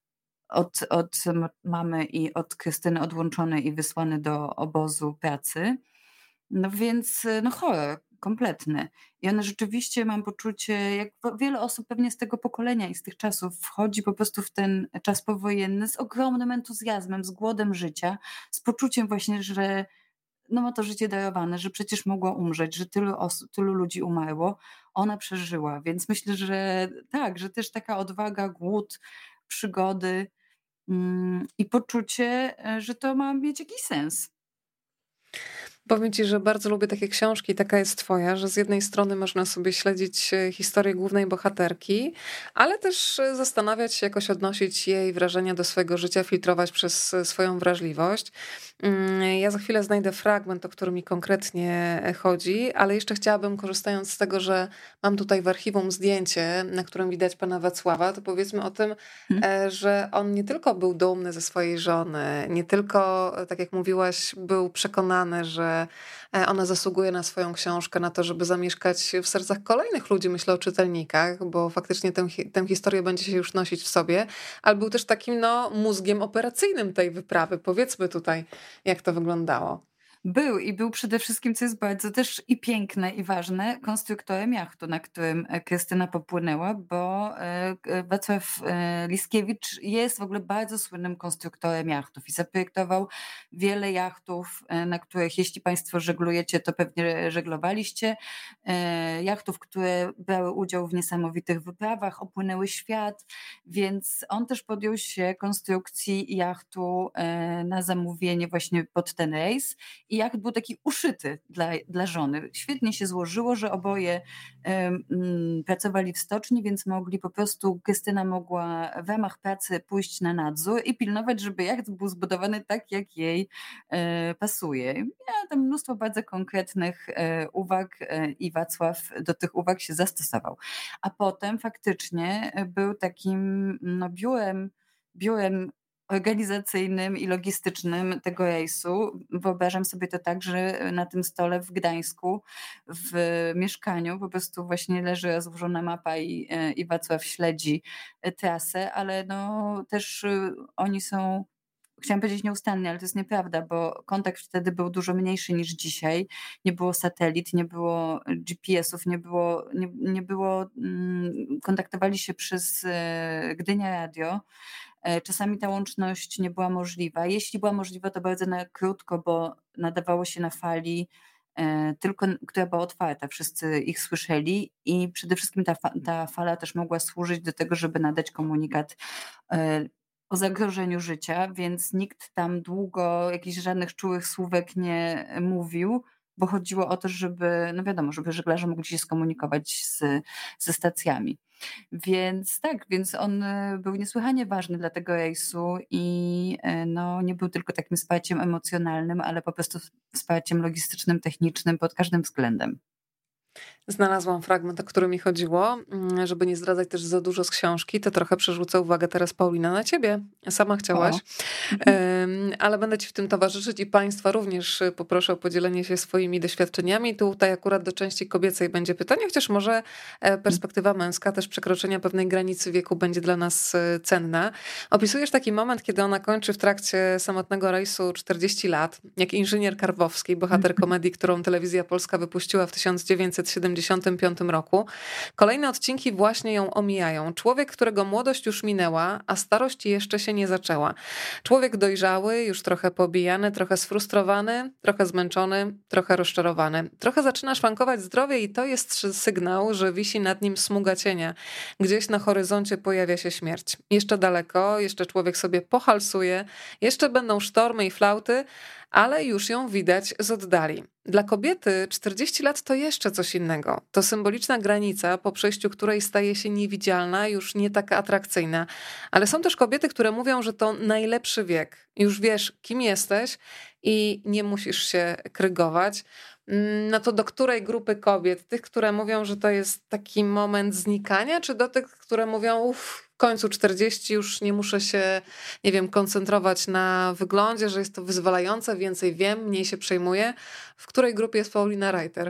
od od m mamy i od Krystyny odłączony i wysłany do obozu pracy. No więc, y, no horror kompletny. I ona rzeczywiście, mam poczucie, jak w wiele osób pewnie z tego pokolenia i z tych czasów wchodzi po prostu w ten czas powojenny z ogromnym entuzjazmem, z głodem życia, z poczuciem właśnie, że no ma to życie darowane, że przecież mogła umrzeć, że tylu osób, tylu ludzi umarło, ona przeżyła. Więc myślę, że tak, że też taka odwaga, głód, przygody, mm, i poczucie, e, że to ma mieć jakiś sens. Powiem ci, że bardzo lubię takie książki, taka jest twoja, że z jednej strony można sobie śledzić e, historię głównej bohaterki, ale też e, zastanawiać się, jakoś odnosić jej wrażenia do swojego życia, filtrować przez e, swoją wrażliwość. Mm, Ja za chwilę znajdę fragment, o który mi konkretnie e, chodzi, ale jeszcze chciałabym, korzystając z tego, że mam tutaj w archiwum zdjęcie, na którym widać pana Wacława, to powiedzmy o tym, Mhm. e, że on nie tylko był dumny ze swojej żony, nie tylko, e, tak jak mówiłaś, był przekonany, że e, ona zasługuje na swoją książkę, na to, żeby zamieszkać w sercach kolejnych ludzi, myślę o czytelnikach, bo faktycznie tę, hi- tę historię będzie się już nosić w sobie, ale był też takim no, mózgiem operacyjnym tej wyprawy. Powiedzmy tutaj, jak to wyglądało. Był i był przede wszystkim, co jest bardzo też i piękne, i ważne, konstruktorem jachtu, na którym e, Krystyna popłynęła, bo e, k- Wacław e, Liskiewicz jest w ogóle bardzo słynnym konstruktorem jachtów i zaprojektował wiele jachtów, e, na których, jeśli Państwo żeglujecie, to pewnie żeglowaliście. E, Jachtów, które brały udział w niesamowitych wyprawach, opłynęły świat, więc on też podjął się konstrukcji jachtu e, na zamówienie właśnie pod ten rejs. I jacht był taki uszyty dla, dla żony. Świetnie się złożyło, że oboje em, mm, pracowali w stoczni, więc mogli po prostu, Krystyna mogła w ramach pracy pójść na nadzór i pilnować, żeby jacht był zbudowany tak, jak jej e, pasuje. Miała tam mnóstwo bardzo konkretnych e, uwag e, i Wacław do tych uwag się zastosował. A potem faktycznie e, był takim no, biurem, biurem organizacyjnym i logistycznym tego rejsu. Wyobrażam sobie to tak, że na tym stole w Gdańsku, w mieszkaniu po prostu właśnie leży rozłożona mapa i, e, i Wacław śledzi e, trasę, ale no też y, oni są, chciałam powiedzieć nieustannie, ale to jest nieprawda, bo kontakt wtedy był dużo mniejszy niż dzisiaj. Nie było satelit, nie było G P S-ów, nie było, nie, nie było mm, kontaktowali się przez e, Gdynia Radio. E, Czasami ta łączność nie była możliwa. Jeśli była możliwa, to bardzo na krótko, bo nadawało się na fali, e, tylko która była otwarta. Wszyscy ich słyszeli i przede wszystkim ta, fa- ta fala też mogła służyć do tego, żeby nadać komunikat e, o zagrożeniu życia, więc nikt tam długo jakichś żadnych czułych słówek nie mówił, bo chodziło o to, żeby, no wiadomo, żeby żeglarze mogli się skomunikować z, ze stacjami. Więc tak, więc on e, był niesłychanie ważny dla tego rejsu i e, no, nie był tylko takim wsparciem emocjonalnym, ale po prostu wsparciem logistycznym, technicznym pod każdym względem. Znalazłam fragment, o który mi chodziło, mm, żeby nie zdradzać też za dużo z książki, to trochę przerzucę uwagę teraz, Paulina, na ciebie. Sama chciałaś, O. Em, ale będę ci w tym towarzyszyć i państwa również y, poproszę o podzielenie się swoimi doświadczeniami. Tutaj akurat do części kobiecej będzie pytanie, chociaż może e, perspektywa męska, też przekroczenia pewnej granicy wieku będzie dla nas e, cenna. Opisujesz taki moment, kiedy ona kończy w trakcie samotnego rejsu czterdzieści lat, jak inżynier Karwowski, bohater komedii, którą Telewizja Polska wypuściła w tysiąc dziewięćset siedemdziesiątym piątym roku. Kolejne odcinki właśnie ją omijają. Człowiek, którego młodość już minęła, a starość jeszcze się nie zaczęła. Człowiek dojrzały, już trochę pobijany, trochę sfrustrowany, trochę zmęczony, trochę rozczarowany. Trochę zaczyna szwankować zdrowie i to jest sygnał, że wisi nad nim smuga cienia. Gdzieś na horyzoncie pojawia się śmierć. Jeszcze daleko, jeszcze człowiek sobie pohalsuje, jeszcze będą sztormy i flauty, ale już ją widać z oddali. Dla kobiety czterdzieści lat to jeszcze coś innego. To symboliczna granica, po przejściu której staje się niewidzialna, już nie taka atrakcyjna. Ale są też kobiety, które mówią, że to najlepszy wiek. Już wiesz, kim jesteś i nie musisz się krygować. Mm, No to do której grupy kobiet? Tych, które mówią, że to jest taki moment znikania, czy do tych, które mówią, uff, w końcu czterdzieści, już nie muszę się, nie wiem, koncentrować na wyglądzie, że jest to wyzwalające, więcej wiem, mniej się przejmuję. W której grupie jest Paulina Reiter?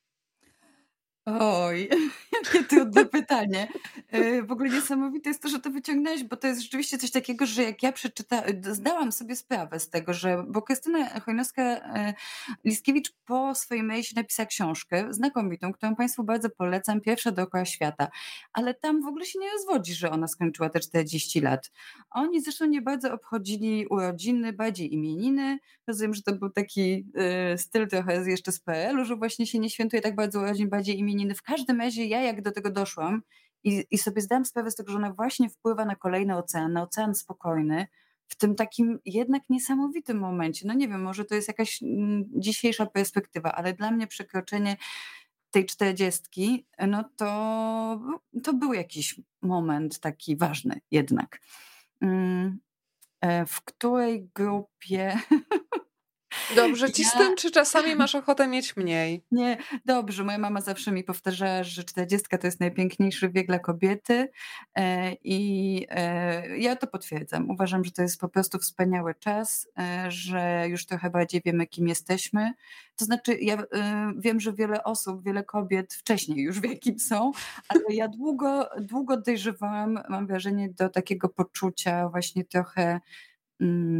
Oj, jakie trudne pytanie. E, W ogóle niesamowite jest to, że to wyciągnęłeś, bo to jest rzeczywiście coś takiego, że jak ja przeczytałam, zdałam sobie sprawę z tego, że, bo Krystyna Chojnowska-Liskiewicz po swoim rejsie napisała książkę znakomitą, którą Państwu bardzo polecam, Pierwsza dookoła świata, ale tam w ogóle się nie rozwodzi, że ona skończyła te czterdzieści lat. Oni zresztą nie bardzo obchodzili urodziny, bardziej imieniny. Rozumiem, że to był taki y, styl trochę z- jeszcze z P R L u, że właśnie się nie świętuje tak bardzo urodzin, bardziej imieniny. W każdym razie ja jak do tego doszłam i, i sobie zdałam sprawę z tego, że ona właśnie wpływa na kolejny ocean, na ocean spokojny, w tym takim jednak niesamowitym momencie. No nie wiem, może to jest jakaś mm, dzisiejsza perspektywa, ale dla mnie przekroczenie tej czterdziestki, no to, to był jakiś moment taki ważny jednak. Mm, e, W której grupie Dobrze ci z ja tym, czy czasami masz ochotę mieć mniej? nie, dobrze. Moja mama zawsze mi powtarzała, że czterdziestka to jest najpiękniejszy wiek dla kobiety, e, i e, ja to potwierdzam. Uważam, że to jest po prostu wspaniały czas, e, że już trochę bardziej wiemy, kim jesteśmy. To znaczy, ja e, wiem, że wiele osób, wiele kobiet wcześniej już wie, kim są, ale ja długo, długo dojrzewałam, mam wrażenie, do takiego poczucia właśnie trochę. mm,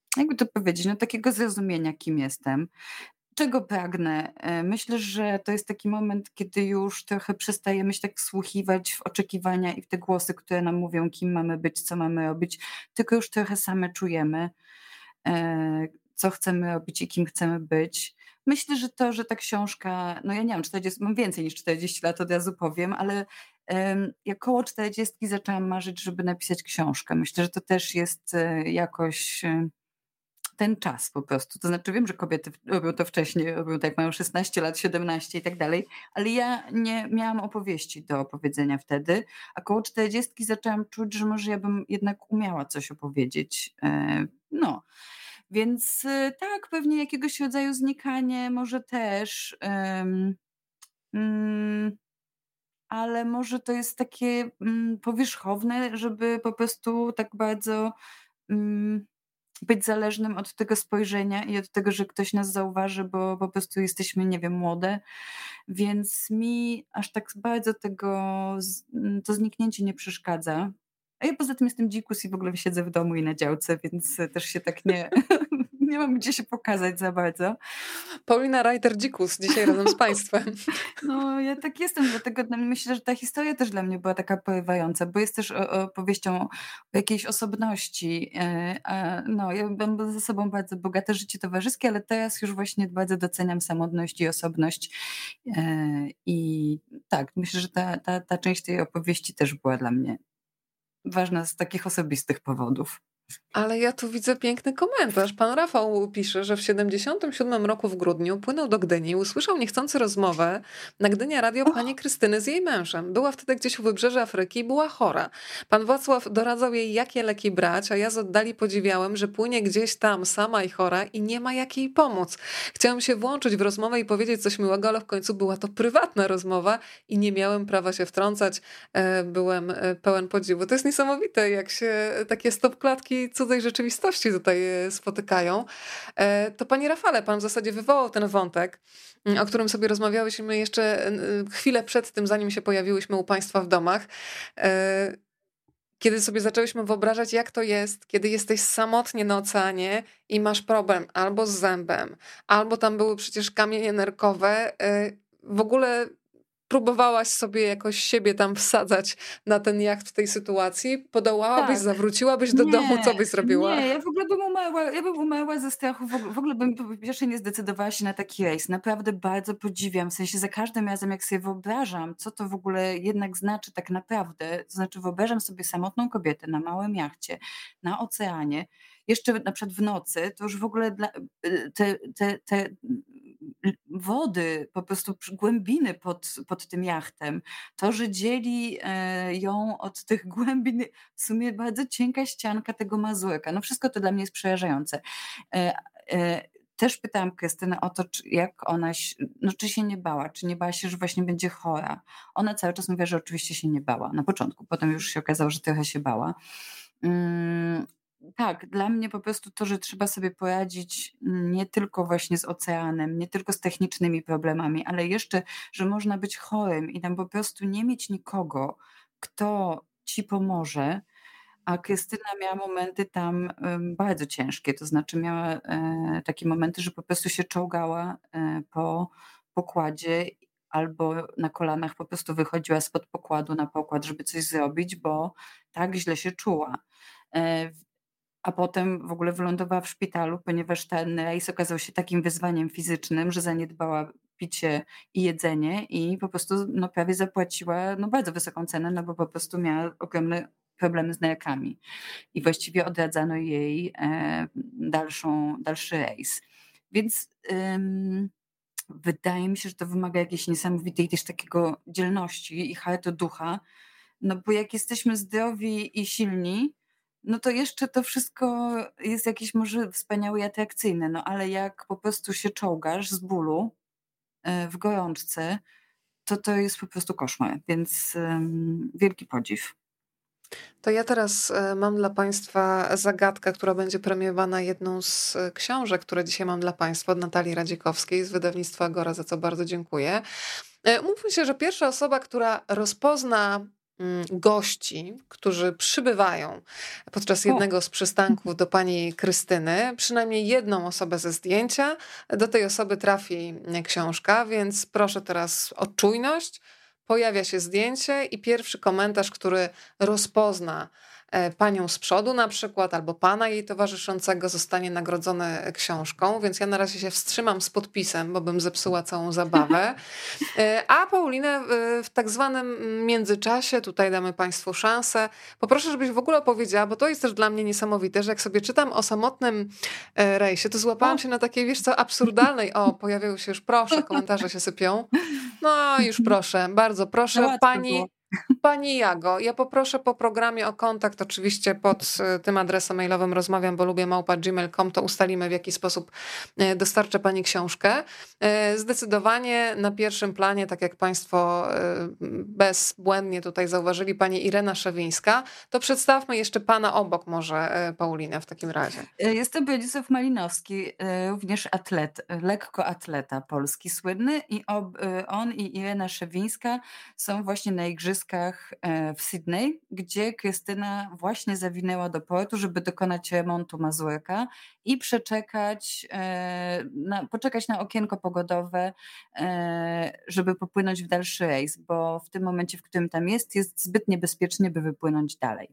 jakby to powiedzieć, no takiego zrozumienia, kim jestem. Czego pragnę? E, Myślę, że to jest taki moment, kiedy już trochę przestajemy się tak wsłuchiwać w oczekiwania i w te głosy, które nam mówią, kim mamy być, co mamy robić, tylko już trochę same czujemy, e, co chcemy robić i kim chcemy być. Myślę, że to, że ta książka, no ja nie mam czterdzieści, mam więcej niż czterdzieści lat, od razu powiem, ale em, jak koło czterdziestki zaczęłam marzyć, żeby napisać książkę. Myślę, że to też jest e, jakoś e, ten czas po prostu. To znaczy wiem, że kobiety robią to wcześniej, robią tak, mają szesnaście lat, siedemnaście i tak dalej, ale ja nie miałam opowieści do opowiedzenia wtedy, a koło czterdziestki zaczęłam czuć, że może ja bym jednak umiała coś opowiedzieć. E, No, więc e, tak, pewnie jakiegoś rodzaju znikanie może też, em, mm, ale może to jest takie mm, powierzchowne, żeby po prostu tak bardzo mm, być zależnym od tego spojrzenia i od tego, że ktoś nas zauważy, bo po prostu jesteśmy, nie wiem, młode. Więc mi aż tak bardzo tego z mm, to zniknięcie nie przeszkadza. A ja poza tym jestem dzikus i w ogóle siedzę w domu i na działce, więc też się tak nie nie mam gdzie się pokazać za bardzo. Paulina Reiter-Dzikus dzisiaj razem z Państwem. No, ja tak jestem, dlatego dla- myślę, że ta historia też dla mnie była taka porywająca, bo jest też o- opowieścią o jakiejś osobności. e, A, no, ja mam ze sobą bardzo bogate życie towarzyskie, ale teraz już właśnie bardzo doceniam samotność i osobność. E, I tak, myślę, że ta, ta, ta część tej opowieści też była dla mnie ważna z takich osobistych powodów. Ale ja tu widzę piękny komentarz. Pan Rafał pisze, że w siedemdziesiątym siódmym roku w grudniu płynął do Gdyni i usłyszał niechcący rozmowę na Gdynia Radio pani Krystyny z jej mężem. Była wtedy gdzieś u wybrzeża Afryki i była chora. Pan Wacław doradzał jej, jakie leki brać, a ja z oddali podziwiałem, że płynie gdzieś tam sama i chora i nie ma jak jej pomóc. Chciałem się włączyć w rozmowę i powiedzieć coś miłego, ale w końcu była to prywatna rozmowa i nie miałem prawa się wtrącać. E, Byłem e, pełen podziwu. To jest niesamowite, jak się takie stopklatki cudzej rzeczywistości tutaj e, spotykają. E, To panie Rafale, pan w zasadzie wywołał ten wątek, m, o którym sobie rozmawiałyśmy jeszcze e, chwilę przed tym, zanim się pojawiłyśmy u państwa w domach. E, Kiedy sobie zaczęłyśmy wyobrażać, jak to jest, kiedy jesteś samotnie na oceanie i masz problem albo z zębem, albo tam były przecież kamienie nerkowe. e, W ogóle próbowałaś sobie jakoś siebie tam wsadzać na ten jacht w tej sytuacji? Podołałabyś, Tak. zawróciłabyś do domu, co byś zrobiła? Nie, ja w ogóle bym umarła, ja bym umarła ze strachu, w ogóle, w ogóle bym po pierwsze nie zdecydowała się na taki rejs. Naprawdę bardzo podziwiam, w sensie za każdym razem jak sobie wyobrażam, co to w ogóle jednak znaczy tak naprawdę, to znaczy wyobrażam sobie samotną kobietę na małym jachcie, na oceanie, jeszcze na przykład w nocy, to już w ogóle dla, y, te, te, te y, wody, po prostu przy- głębiny pod, pod tym jachtem, to, że dzieli e, ją od tych głębin w sumie bardzo cienka ścianka tego mazurka. No wszystko to dla mnie jest przerażające. E, e, Też pytałam Krystynę o to, czy, jak ona, się- no, czy się nie bała, czy nie bała się, że właśnie będzie chora. Ona cały czas mówiła, że oczywiście się nie bała. Na początku, potem już się okazało, że trochę się bała. Mm, tak, dla mnie po prostu to, że trzeba sobie poradzić nie tylko właśnie z oceanem, nie tylko z technicznymi problemami, ale jeszcze, że można być chorym i tam po prostu nie mieć nikogo, kto ci pomoże. A Krystyna miała momenty tam em, bardzo ciężkie, to znaczy miała e, takie momenty, że po prostu się czołgała e, po pokładzie albo na kolanach po prostu wychodziła spod pokładu na pokład, żeby coś zrobić, bo tak źle się czuła. E, a potem w ogóle wylądowała w szpitalu, ponieważ ten rejs okazał się takim wyzwaniem fizycznym, że zaniedbała picie i jedzenie i po prostu no, prawie zapłaciła no, bardzo wysoką cenę, no bo po prostu miała ogromne problemy z nerkami. I właściwie odradzano jej e, dalszą, dalszy rejs. Więc ym, wydaje mi się, że to wymaga jakiejś niesamowitej też takiego dzielności i hartu ducha, no bo jak jesteśmy zdrowi i silni, no to jeszcze to wszystko jest jakieś może wspaniałe i atrakcyjne, no ale jak po prostu się czołgasz z bólu e, w gorączce, to to jest po prostu koszmar, więc em, wielki podziw. To ja teraz e, mam dla Państwa zagadkę, która będzie premiowana jedną z e, książek, które dzisiaj mam dla Państwa od Natalii Radzikowskiej z wydawnictwa Agora, za co bardzo dziękuję. E, Mówmy się, że pierwsza osoba, która rozpozna gości, którzy przybywają podczas O, jednego z przystanków do pani Krystyny, przynajmniej jedną osobę ze zdjęcia. Do tej osoby trafi książka, więc proszę teraz o czujność. Pojawia się zdjęcie i pierwszy komentarz, który rozpozna e, panią z przodu na przykład, albo pana jej towarzyszącego, zostanie nagrodzony książką, więc ja na razie się wstrzymam z podpisem, bo bym zepsuła całą zabawę. E, A Paulinę e, w tak zwanym międzyczasie, tutaj damy państwu szansę, poproszę, żebyś w ogóle opowiedziała, bo to jest też dla mnie niesamowite, że jak sobie czytam o samotnym e, rejsie, to złapałam o. się na takiej, wiesz co, absurdalnej, o, pojawiają się już, proszę, komentarze się sypią. No już proszę, bardzo Za proszę. łatwe było. Pani, pani Jago, ja poproszę po programie o kontakt, oczywiście pod e, tym adresem mailowym rozmawiam, bo lubię małpa gmail kropka com, to ustalimy, w jaki sposób e, dostarczę pani książkę. E, Zdecydowanie na pierwszym planie, tak jak państwo e, bezbłędnie tutaj zauważyli, pani Irena Szewińska, to przedstawmy jeszcze pana obok może, e, Paulinę, w takim razie. E, Jestem Bronisław Malinowski, e, również atlet, lekkoatleta polski słynny i ob, e, on i Irena Szewińska są właśnie na igrzyskach e, w Sydney, gdzie Krystyna właśnie zawinęła do portu, żeby dokonać remontu Mazurka i przeczekać, e, na, poczekać na okienko pogodowe, e, żeby popłynąć w dalszy rejs, bo w tym momencie, w którym tam jest, jest zbyt niebezpiecznie, by wypłynąć dalej.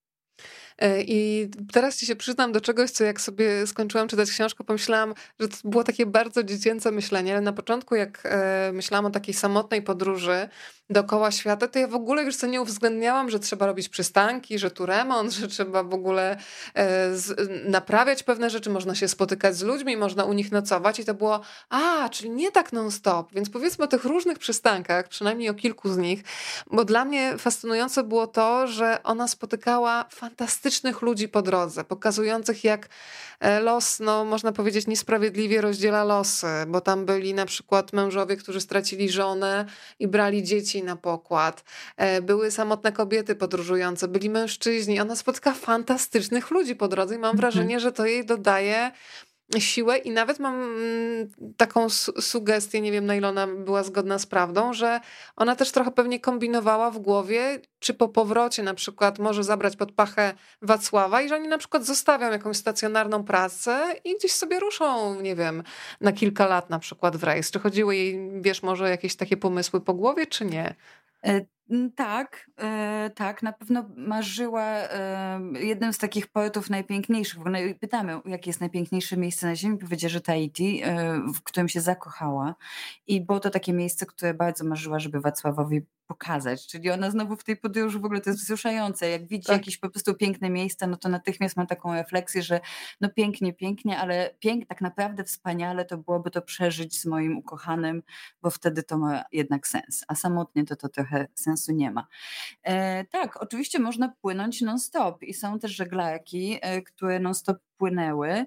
E, I teraz ci się przyznam do czegoś, co jak sobie skończyłam czytać książkę, pomyślałam, że to było takie bardzo dziecięce myślenie, ale na początku jak e, myślałam o takiej samotnej podróży dookoła świata, to ja w ogóle, wiesz co, nie uwzględniałam, że trzeba robić przystanki, że tu remont, że trzeba w ogóle e, z, naprawiać pewne rzeczy, można się spotykać z ludźmi, można u nich nocować i to było, a, czyli nie tak non-stop, więc powiedzmy o tych różnych przystankach, przynajmniej o kilku z nich, bo dla mnie fascynujące było to, że ona spotykała fantastycznych ludzi po drodze, pokazujących jak e, los, no można powiedzieć, niesprawiedliwie rozdziela losy, bo tam byli na przykład mężowie, którzy stracili żonę i brali dzieci na pokład. E, Były samotne kobiety podróżujące, byli mężczyźni. Ona spotyka fantastycznych ludzi po drodze i mam Mhm. wrażenie, że to jej dodaje siłę i nawet mam mm, taką su- sugestię, nie wiem na ile ona była zgodna z prawdą, że ona też trochę pewnie kombinowała w głowie, czy po powrocie na przykład może zabrać pod pachę Wacława i że oni na przykład zostawią jakąś stacjonarną pracę i gdzieś sobie ruszą, nie wiem, na kilka lat na przykład w rejs. Czy chodziły jej, wiesz, może jakieś takie pomysły po głowie, czy nie? E, m, Tak, e, tak, na pewno marzyła e, jednym z takich poetów najpiękniejszych. W ogóle pytamy, jakie jest najpiękniejsze miejsce na Ziemi. Powiedziała, że Tahiti, e, w którym się zakochała. I było to takie miejsce, które bardzo marzyła, żeby Wacławowi pokazać. Czyli ona znowu w tej podróży, w ogóle to jest wzruszające. Jak widzi Tak. jakieś po prostu piękne miejsca, no to natychmiast ma taką refleksję, że no pięknie, pięknie, ale pięk, tak naprawdę wspaniale to byłoby to przeżyć z moim ukochanym, bo wtedy to ma jednak sens. A samotnie to to trochę sensu nie ma. E, tak, oczywiście można płynąć non-stop i są też żeglarki, e, które non-stop płynęły.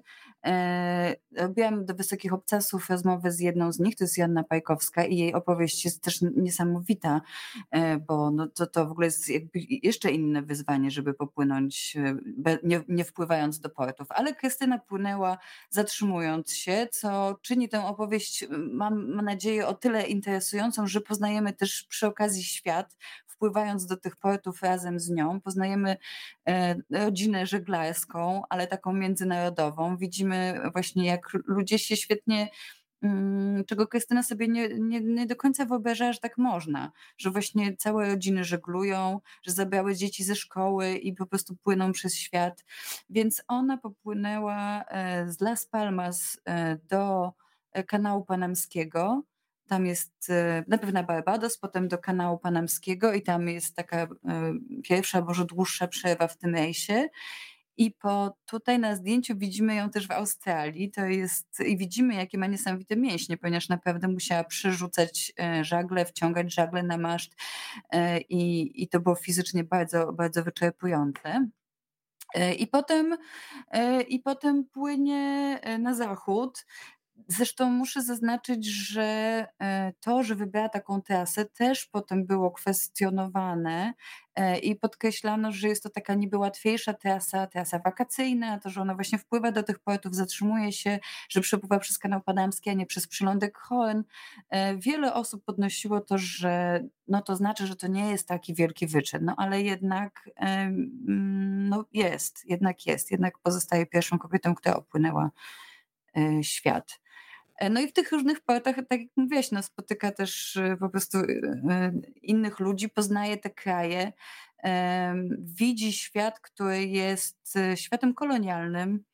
E, robiłam do Wysokich Obcasów rozmowę z jedną z nich, to jest Joanna Pajkowska i jej opowieść jest też niesamowita, e, bo no to, to w ogóle jest jakby jeszcze inne wyzwanie, żeby popłynąć e, be, nie, nie wpływając do portów. Ale Krystyna płynęła zatrzymując się, co czyni tę opowieść, mam, mam nadzieję, o tyle interesującą, że poznajemy też przy okazji świat, wpływając do tych portów razem z nią. Poznajemy e, rodzinę żeglarską, ale taką międzynarodową. Widzimy właśnie, jak ludzie się świetnie, mm, czego Krystyna sobie nie, nie, nie do końca wyobrażała, że tak można, że właśnie całe rodziny żeglują, że zabrały dzieci ze szkoły i po prostu płyną przez świat. Więc ona popłynęła e, z Las Palmas e, do e, kanału panamskiego. Tam jest e, najpierw na Barbados, potem do kanału panamskiego i tam jest taka e, pierwsza, może dłuższa przerwa w tym rejsie. I po, tutaj na zdjęciu widzimy ją też w Australii. To jest, i widzimy, jakie ma niesamowite mięśnie, ponieważ naprawdę musiała przerzucać e, żagle, wciągać żagle na maszt e, i, i to było fizycznie bardzo, bardzo wyczerpujące. E, I potem, e, I potem płynie e, na zachód. Zresztą muszę zaznaczyć, że e, to, że wybrała taką trasę, też potem było kwestionowane e, i podkreślano, że jest to taka niby łatwiejsza trasa, trasa wakacyjna, to, że ona właśnie wpływa do tych portów, zatrzymuje się, że przepływa przez Kanał Panamski, a nie przez przylądek Horn. E, Wiele osób podnosiło to, że no to znaczy, że to nie jest taki wielki wyczyn, no ale jednak em, no jest, jednak jest, jednak pozostaje pierwszą kobietą, która opłynęła e, świat. E, No i w tych różnych portach, tak jak mówiłaś, no, spotyka też e, po prostu e, e, innych ludzi, poznaje te kraje, em, widzi świat, który jest e, światem kolonialnym.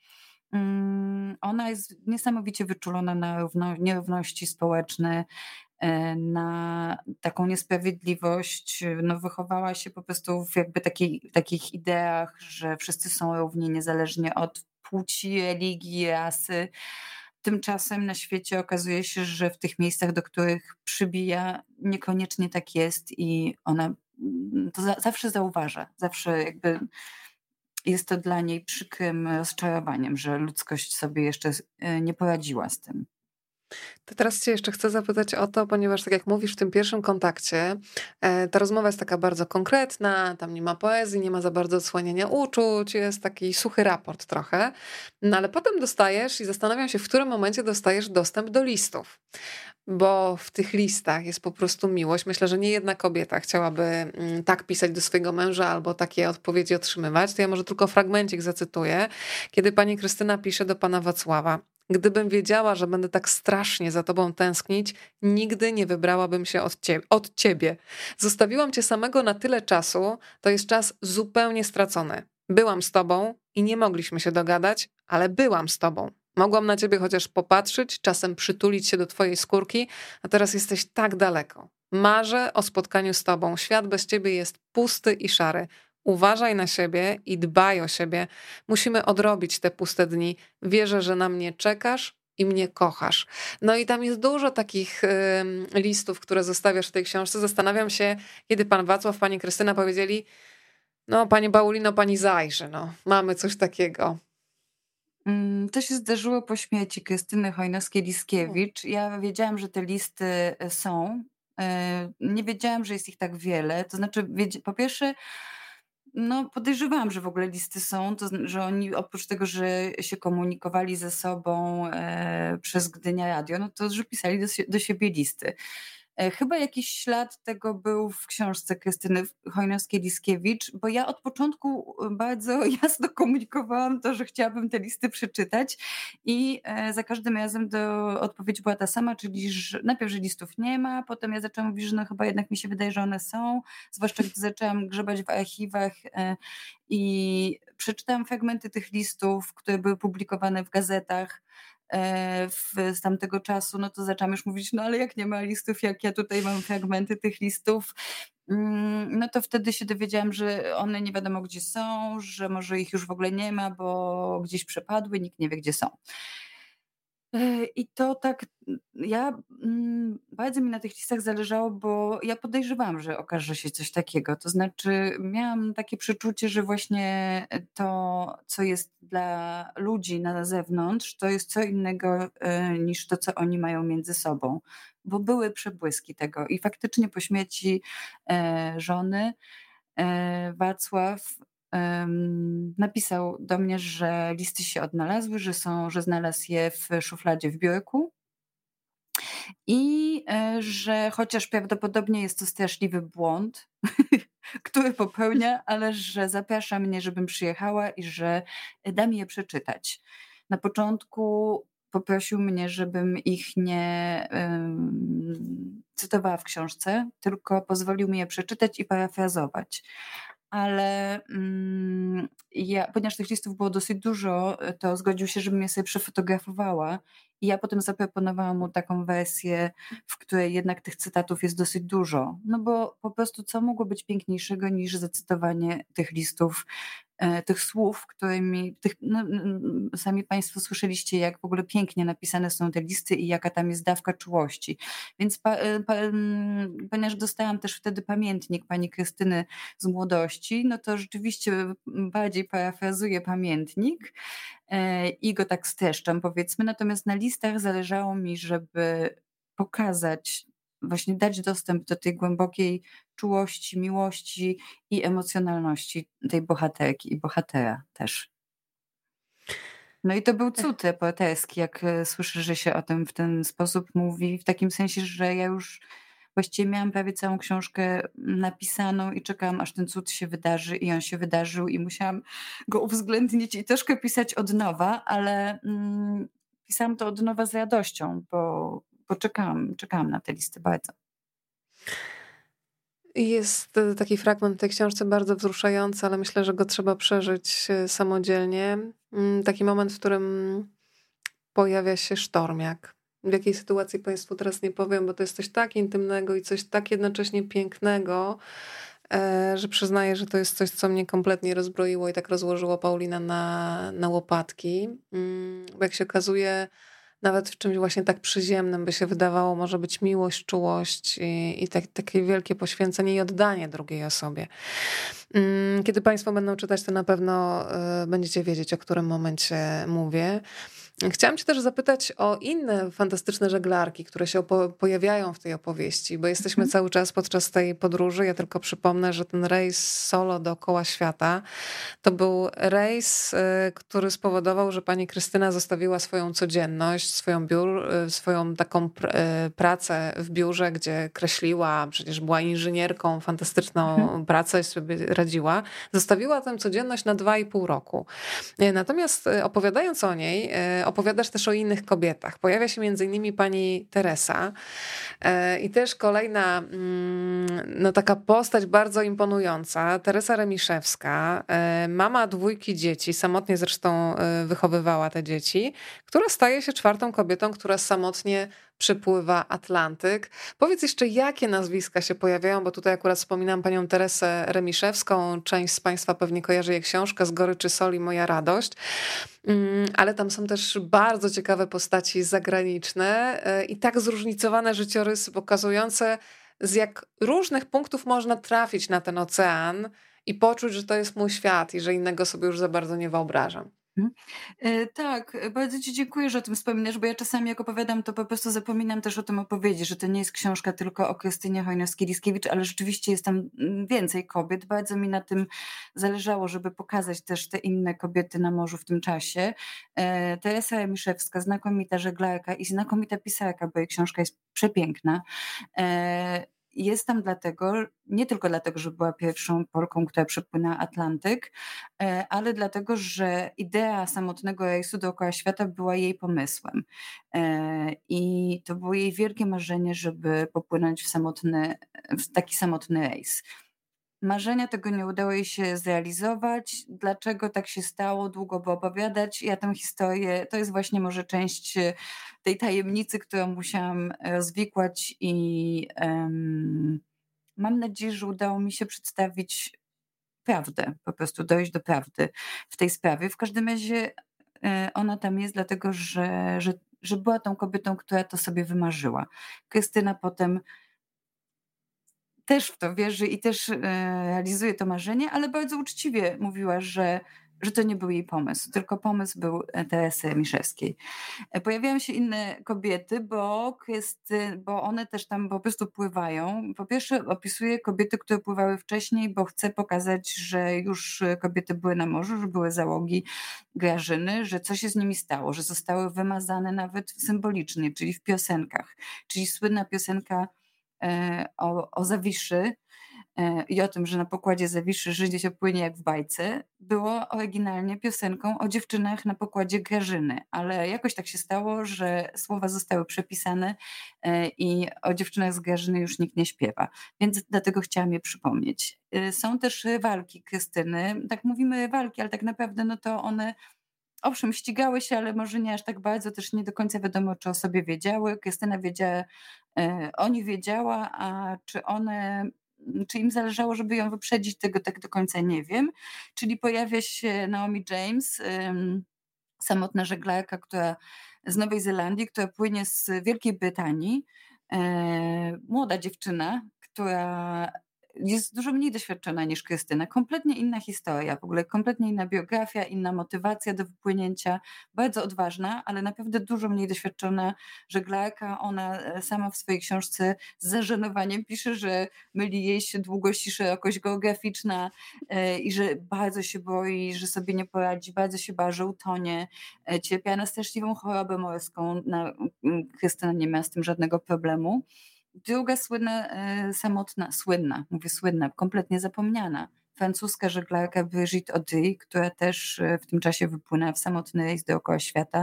Mm, Ona jest niesamowicie wyczulona na równo, nierówności społeczne, e, na taką niesprawiedliwość. No, wychowała się po prostu w jakby takiej, takich ideach, że wszyscy są równi niezależnie od płci, religii, rasy. Tymczasem na świecie okazuje się, że w tych miejscach, do których przybija, niekoniecznie tak jest i ona mm, to za, zawsze zauważa, zawsze jakby jest to dla niej przykrym rozczarowaniem, że ludzkość sobie jeszcze e, nie poradziła z tym. To teraz cię jeszcze chcę zapytać o to, ponieważ tak jak mówisz w tym pierwszym kontakcie, e, ta rozmowa jest taka bardzo konkretna, tam nie ma poezji, nie ma za bardzo odsłaniania uczuć, jest taki suchy raport trochę, no ale potem dostajesz i zastanawiam się, w którym momencie dostajesz dostęp do listów. Bo w tych listach jest po prostu miłość. Myślę, że nie jedna kobieta chciałaby mm, tak pisać do swojego męża albo takie odpowiedzi otrzymywać. To ja może tylko fragmencik zacytuję, kiedy pani Krystyna pisze do pana Wacława. Gdybym wiedziała, że będę tak strasznie za tobą tęsknić, nigdy nie wybrałabym się od ciebie. Od ciebie. Zostawiłam cię samego na tyle czasu, to jest czas zupełnie stracony. Byłam z tobą i nie mogliśmy się dogadać, ale byłam z tobą. Mogłam na ciebie chociaż popatrzeć, czasem przytulić się do twojej skórki, a teraz jesteś tak daleko. Marzę o spotkaniu z tobą. Świat bez ciebie jest pusty i szary. Uważaj na siebie i dbaj o siebie. Musimy odrobić te puste dni. Wierzę, że na mnie czekasz i mnie kochasz. No i tam jest dużo takich y, listów, które zostawiasz w tej książce. Zastanawiam się, kiedy pan Wacław, pani Krystyna powiedzieli, no pani Paulino, pani zajrzy, no mamy coś takiego. Mm, To się zdarzyło po śmierci Krystyny Chojnowskiej-Liskiewicz. Ja wiedziałam, że te listy e, są. E, Nie wiedziałam, że jest ich tak wiele. To znaczy, wiedz- po pierwsze, no podejrzewałam, że w ogóle listy są, to zn- że oni oprócz tego, że się komunikowali ze sobą e, przez Gdynia Radio, no to że pisali do, sie- do siebie listy. E, Chyba jakiś ślad tego był w książce Krystyny Chojnowskiej-Liskiewicz, bo ja od początku e, bardzo jasno komunikowałam to, że chciałabym te listy przeczytać i e, za każdym razem do, odpowiedź była ta sama, czyli że najpierw, że listów nie ma, potem ja zaczęłam mówić, że no chyba jednak mi się wydaje, że one są, zwłaszcza gdy zaczęłam grzebać w archiwach e, i przeczytałam fragmenty tych listów, które były publikowane w gazetach e, w, z tamtego czasu, no to zaczęłam już mówić, no ale jak nie ma listów, jak ja tutaj mam fragmenty tych listów, mm, no to wtedy się dowiedziałam, że one nie wiadomo gdzie są, że może ich już w ogóle nie ma, bo gdzieś przepadły, nikt nie wie gdzie są. E, I to tak, mm, ja mm, bardzo mi na tych listach zależało, bo ja podejrzewałam, że okaże się coś takiego. To znaczy, miałam takie przeczucie, że właśnie to, co jest dla ludzi na zewnątrz, to jest co innego e, niż to, co oni mają między sobą. Bo były przebłyski tego. I faktycznie po śmierci e, żony e, Wacław em, napisał do mnie, że listy się odnalazły, że są, że znalazł je w szufladzie w biurku i e, że chociaż prawdopodobnie jest to straszliwy błąd, który popełnia, ale że zaprasza mnie, żebym przyjechała i że da mi je przeczytać. Na początku poprosił mnie, żebym ich nie em, cytowała w książce, tylko pozwolił mi je przeczytać i parafrazować. Ale mm, ja, ponieważ tych listów było dosyć dużo, to zgodził się, żebym je sobie przefotografowała. I ja potem zaproponowałam mu taką wersję, w której jednak tych cytatów jest dosyć dużo. No bo po prostu co mogło być piękniejszego niż zacytowanie tych listów e, tych słów, którymi tych, no, n- sami Państwo słyszeliście, jak w ogóle pięknie napisane są te listy i jaka tam jest dawka czułości. Więc pa, e, pa, mm, ponieważ dostałam też wtedy pamiętnik pani Krystyny z młodości, no to rzeczywiście bardziej parafrazuję pamiętnik e, i go tak streszczam, powiedzmy. Natomiast na listach zależało mi, żeby pokazać, właśnie dać dostęp do tej głębokiej czułości, miłości i emocjonalności tej bohaterki i bohatera też. No i to był cud reporterski, jak e, słyszę, że się o tym w ten sposób mówi, w takim sensie, że ja już właściwie miałam prawie całą książkę napisaną i czekałam, aż ten cud się wydarzy i on się wydarzył i musiałam go uwzględnić i troszkę pisać od nowa, ale mm, pisałam to od nowa z radością, bo, bo czekałam, czekałam na te listy bardzo. Jest e, taki fragment w tej książce bardzo wzruszający, ale myślę, że go trzeba przeżyć e, samodzielnie. Mm, Taki moment, w którym pojawia się sztormiak. W jakiej sytuacji Państwu teraz nie powiem, bo to jest coś tak intymnego i coś tak jednocześnie pięknego, e, że przyznaję, że to jest coś, co mnie kompletnie rozbroiło i tak rozłożyło Paulina na, na łopatki. Mm, Bo jak się okazuje, nawet w czymś właśnie tak przyziemnym by się wydawało, może być miłość, czułość i, i tak, takie wielkie poświęcenie i oddanie drugiej osobie. Mm, Kiedy Państwo będą czytać, to na pewno e, będziecie wiedzieć, o którym momencie mówię. Chciałam cię też zapytać o inne fantastyczne żeglarki, które się opo- pojawiają w tej opowieści, bo jesteśmy Mhm. cały czas podczas tej podróży. Ja tylko przypomnę, że ten rejs solo dookoła świata to był rejs, y, który spowodował, że pani Krystyna zostawiła swoją codzienność, swoją, biur, y, swoją taką pr- y, pracę w biurze, gdzie kreśliła, przecież była inżynierką, fantastyczną Mhm. pracę sobie radziła. Zostawiła tę codzienność na dwa i pół roku. Y, Natomiast y, opowiadając o niej, y, opowiadasz też o innych kobietach. Pojawia się między innymi pani Teresa e, i też kolejna mm, no taka postać bardzo imponująca, Teresa Remiszewska, e, mama dwójki dzieci, samotnie zresztą e, wychowywała te dzieci, która staje się czwartą kobietą, która samotnie przepływa Atlantyk. Powiedz jeszcze, jakie nazwiska się pojawiają, bo tutaj akurat wspominam panią Teresę Remiszewską, część z Państwa pewnie kojarzy jej książkę Z goryczy soli moja radość. Mm, Ale tam są też bardzo ciekawe postaci zagraniczne e, i tak zróżnicowane życiorysy pokazujące, z jak różnych punktów można trafić na ten ocean i poczuć, że to jest mój świat i że innego sobie już za bardzo nie wyobrażam. Mhm. E, Tak, e, bardzo Ci dziękuję, że o tym wspominasz, bo ja czasami jak opowiadam, to po prostu zapominam też o tym opowiedzieć, że to nie jest książka tylko o Krystynie Hojnowskiej-Liskiewicz, ale rzeczywiście jest tam mm, więcej kobiet. Bardzo mi na tym zależało, żeby pokazać też te inne kobiety na morzu w tym czasie. E, Teresa Remiszewska, znakomita żeglarka i znakomita pisarka, bo jej książka jest przepiękna. E, Jest tam dlatego, nie tylko dlatego, że była pierwszą Polką, która przepłynęła Atlantyk, e, ale dlatego, że idea samotnego rejsu dookoła świata była jej pomysłem. E, I to było jej wielkie marzenie, żeby popłynąć w samotny, w taki samotny rejs. Marzenia tego nie udało jej się zrealizować. Dlaczego tak się stało? Długo by opowiadać. Ja tę historię, to jest właśnie może część e, tej tajemnicy, którą musiałam rozwikłać i em, mam nadzieję, że udało mi się przedstawić prawdę, po prostu dojść do prawdy w tej sprawie. W każdym razie e, ona tam jest dlatego, że, że, że była tą kobietą, która to sobie wymarzyła. Krystyna potem też w to wierzy i też, e, realizuje to marzenie, ale bardzo uczciwie mówiła, że że to nie był jej pomysł, tylko pomysł był, e, Teresy Miszewskiej. E, pojawiają się inne kobiety, bo Krysty bo one też tam po prostu pływają. Po pierwsze opisuje kobiety, które pływały wcześniej, bo chce pokazać, że już, e, kobiety były na morzu, że były załogi Grażyny, że co się z nimi stało, że zostały wymazane nawet symbolicznie, czyli w piosenkach. Czyli słynna piosenka e, o, o Zawiszy e, i o tym, że na pokładzie Zawiszy Żydzie się płynie jak w bajce, było oryginalnie piosenką o dziewczynach na pokładzie Grażyny, ale jakoś tak się stało, że słowa zostały przepisane e, i o dziewczynach z Grażyny już nikt nie śpiewa, więc dlatego chciałam je przypomnieć. E, Są też rywalki Krystyny, tak mówimy rywalki, ale tak naprawdę no to one owszem, ścigały się, ale może nie aż tak bardzo, też nie do końca wiadomo, czy o sobie wiedziały. Krystyna wiedziała, e, o nich wiedziała, a czy one czy im zależało, żeby ją wyprzedzić, tego tak do końca nie wiem. Czyli pojawia się Naomi James, ym, samotna żeglarka, która z Nowej Zelandii, która płynie z Wielkiej Brytanii. E, młoda dziewczyna, która jest dużo mniej doświadczona niż Krystyna. Kompletnie inna historia, w ogóle kompletnie inna biografia, inna motywacja do wypłynięcia. Bardzo odważna, ale naprawdę dużo mniej doświadczona żeglarka. Ona e, sama w swojej książce z zażenowaniem pisze, że myli jej się długość i szerokość geograficzna e, i że bardzo się boi, że sobie nie poradzi, bardzo się bała, że utonie. E, Cierpiała na straszliwą chorobę morską. Na, m, Krystyna nie miała z tym żadnego problemu. Druga słynna, e, samotna, słynna, mówię słynna, kompletnie zapomniana, francuska żeglarka Brigitte Audry, która też e, w tym czasie wypłynęła w samotny rejs dookoła świata,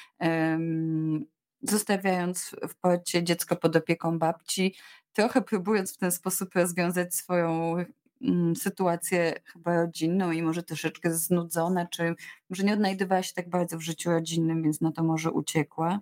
em, zostawiając w porcie dziecko pod opieką babci, trochę próbując w ten sposób rozwiązać swoją mm, sytuację chyba rodzinną i może troszeczkę znudzona, czy może nie odnajdywała się tak bardzo w życiu rodzinnym, więc na to może uciekła.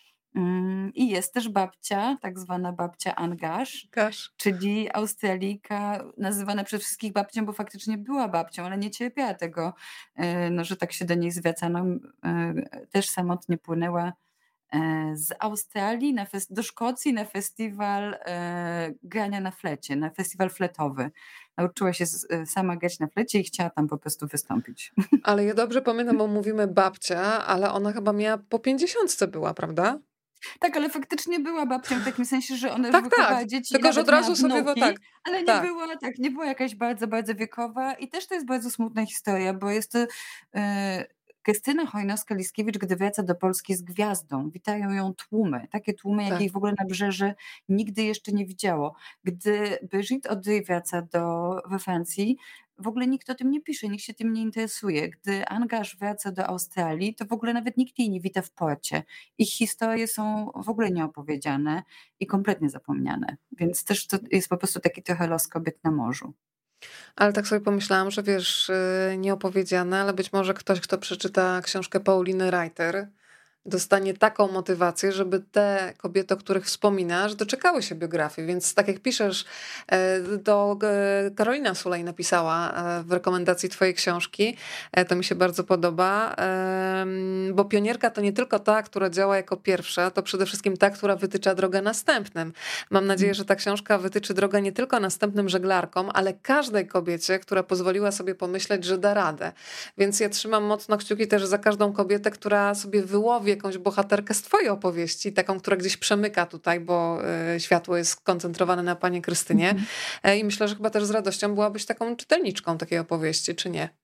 Mm, I jest też babcia, tak zwana babcia Angaż, Każ. czyli Australijka, nazywana przez wszystkich babcią, bo faktycznie była babcią, ale nie cierpiała tego, e, no, że tak się do niej zwracano. E, Też samotnie płynęła e, z Australii na fes- do Szkocji na festiwal e, grania na flecie, na festiwal fletowy. Nauczyła się z- e, sama grać na flecie i chciała tam po prostu wystąpić. Ale ja dobrze pamiętam, bo mówimy babcia, ale ona chyba miała po pięćdziesiątce była, prawda? Tak, ale faktycznie była babcią w takim sensie, że ona już Tak, tak. wychowała dzieci i Tylko, że nawet od miała razu sobie, bo tak, wnuki, ale nie tak, była tak, nie była jakaś bardzo, bardzo wiekowa i też to jest bardzo smutna historia, bo jest to e, Krystyna Chojnowska-Liskiewicz, gdy wraca do Polski, jest gwiazdą. Witają ją tłumy, takie tłumy, tak. jakiej w ogóle Nabrzeże nigdy jeszcze nie widziało. Gdy Brigitte Audry wraca do, we Francji, w ogóle nikt o tym nie pisze, nikt się tym nie interesuje. Gdy Angaż wraca do Australii, to w ogóle nawet nikt jej nie wita w porcie. Ich historie są w ogóle nieopowiedziane i kompletnie zapomniane. Więc też to jest po prostu taki trochę los kobiet na morzu. Ale tak sobie pomyślałam, że wiesz, y, nieopowiedziane, ale być może ktoś, kto przeczyta książkę Pauliny Reiter, dostanie taką motywację, żeby te kobiety, o których wspominasz, doczekały się biografii. Więc tak jak piszesz, e, to e, Karolina Sulej napisała e, w rekomendacji twojej książki, e, to mi się bardzo podoba, em, bo pionierka to nie tylko ta, która działa jako pierwsza, to przede wszystkim ta, która wytycza drogę następnym. Mam nadzieję, że ta książka wytyczy drogę nie tylko następnym żeglarkom, ale każdej kobiecie, która pozwoliła sobie pomyśleć, że da radę. Więc ja trzymam mocno kciuki też za każdą kobietę, która sobie wyłowi jakąś bohaterkę z twojej opowieści, taką, która gdzieś przemyka tutaj, bo y, światło jest skoncentrowane na pani Krystynie. Mhm. E, I myślę, że chyba też z radością byłabyś taką czytelniczką takiej opowieści, czy nie?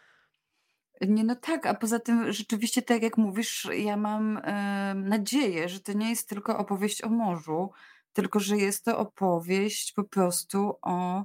Nie, no tak, a poza tym rzeczywiście, tak jak mówisz, ja mam em, nadzieję, że to nie jest tylko opowieść o morzu, tylko że jest to opowieść po prostu o,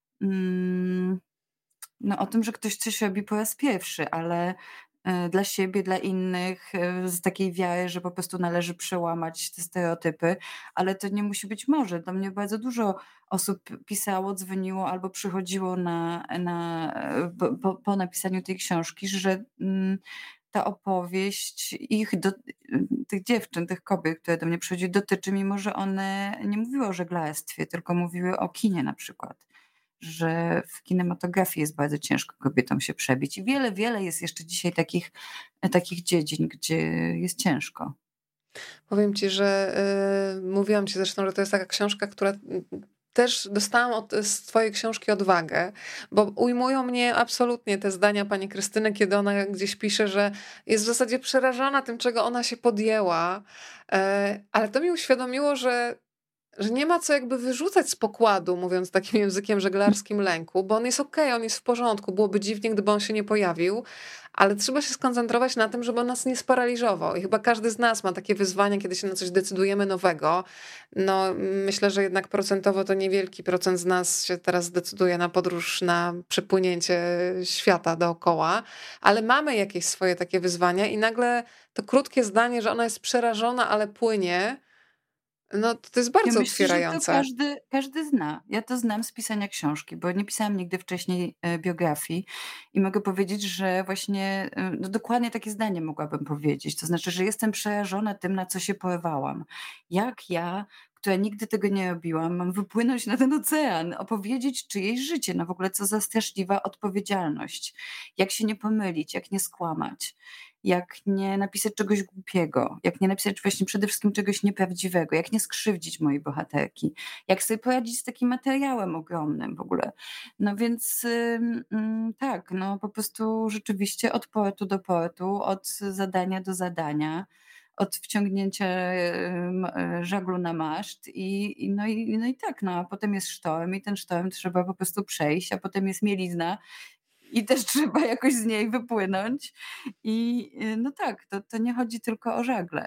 mm, no, o tym, że ktoś coś robi po raz pierwszy, ale e, dla siebie, dla innych, e, z takiej wiary, że po prostu należy przełamać te stereotypy, ale to nie musi być może. Do mnie bardzo dużo osób pisało, dzwoniło albo przychodziło na, na, e, po, po, po napisaniu tej książki, że mm, ta opowieść ich, do, tych dziewczyn, tych kobiet, które do mnie przychodziły, dotyczy, mimo że one nie mówiły o żeglarstwie, tylko mówiły o kinie na przykład, że w kinematografii jest bardzo ciężko kobietom się przebić. I wiele, wiele jest jeszcze dzisiaj takich, takich dziedzin, gdzie jest ciężko. Powiem ci, że y, mówiłam ci zresztą, że to jest taka książka, która y, też dostałam od, z twojej książki odwagę, bo ujmują mnie absolutnie te zdania pani Krystyny, kiedy ona gdzieś pisze, że jest w zasadzie przerażona tym, czego ona się podjęła, e, ale to mi uświadomiło, że że nie ma co jakby wyrzucać z pokładu, mówiąc takim językiem żeglarskim, lęku, bo on jest okej, on jest w porządku. Byłoby dziwnie, gdyby on się nie pojawił, ale trzeba się skoncentrować na tym, żeby on nas nie sparaliżował. I chyba każdy z nas ma takie wyzwania, kiedy się na coś decydujemy nowego. No, myślę, że jednak procentowo to niewielki procent z nas się teraz zdecyduje na podróż, na przepłynięcie świata dookoła, ale mamy jakieś swoje takie wyzwania i nagle to krótkie zdanie, że ona jest przerażona, ale płynie, no to jest Ja bardzo myślę, że to otwierające. każdy, każdy zna. Ja to znam z pisania książki, bo nie pisałam nigdy wcześniej e, biografii i mogę powiedzieć, że właśnie e, no dokładnie takie zdanie mogłabym powiedzieć. To znaczy, że jestem przerażona tym, na co się porywałam. Jak ja, która nigdy tego nie robiła, mam wypłynąć na ten ocean, opowiedzieć czyjeś życie, no w ogóle co za straszliwa odpowiedzialność. Jak się nie pomylić, jak nie skłamać, jak nie napisać czegoś głupiego, jak nie napisać właśnie przede wszystkim czegoś nieprawdziwego, jak nie skrzywdzić mojej bohaterki, jak sobie poradzić z takim materiałem ogromnym w ogóle. No więc ym, tak, no po prostu rzeczywiście od portu do portu, od zadania do zadania, od wciągnięcia ym, y, żaglu na maszt i, i, no, i, no i tak, no a potem jest sztorm i ten sztorm trzeba po prostu przejść, a potem jest mielizna i też trzeba jakoś z niej wypłynąć. I y, no tak, to, to nie chodzi tylko o żagle.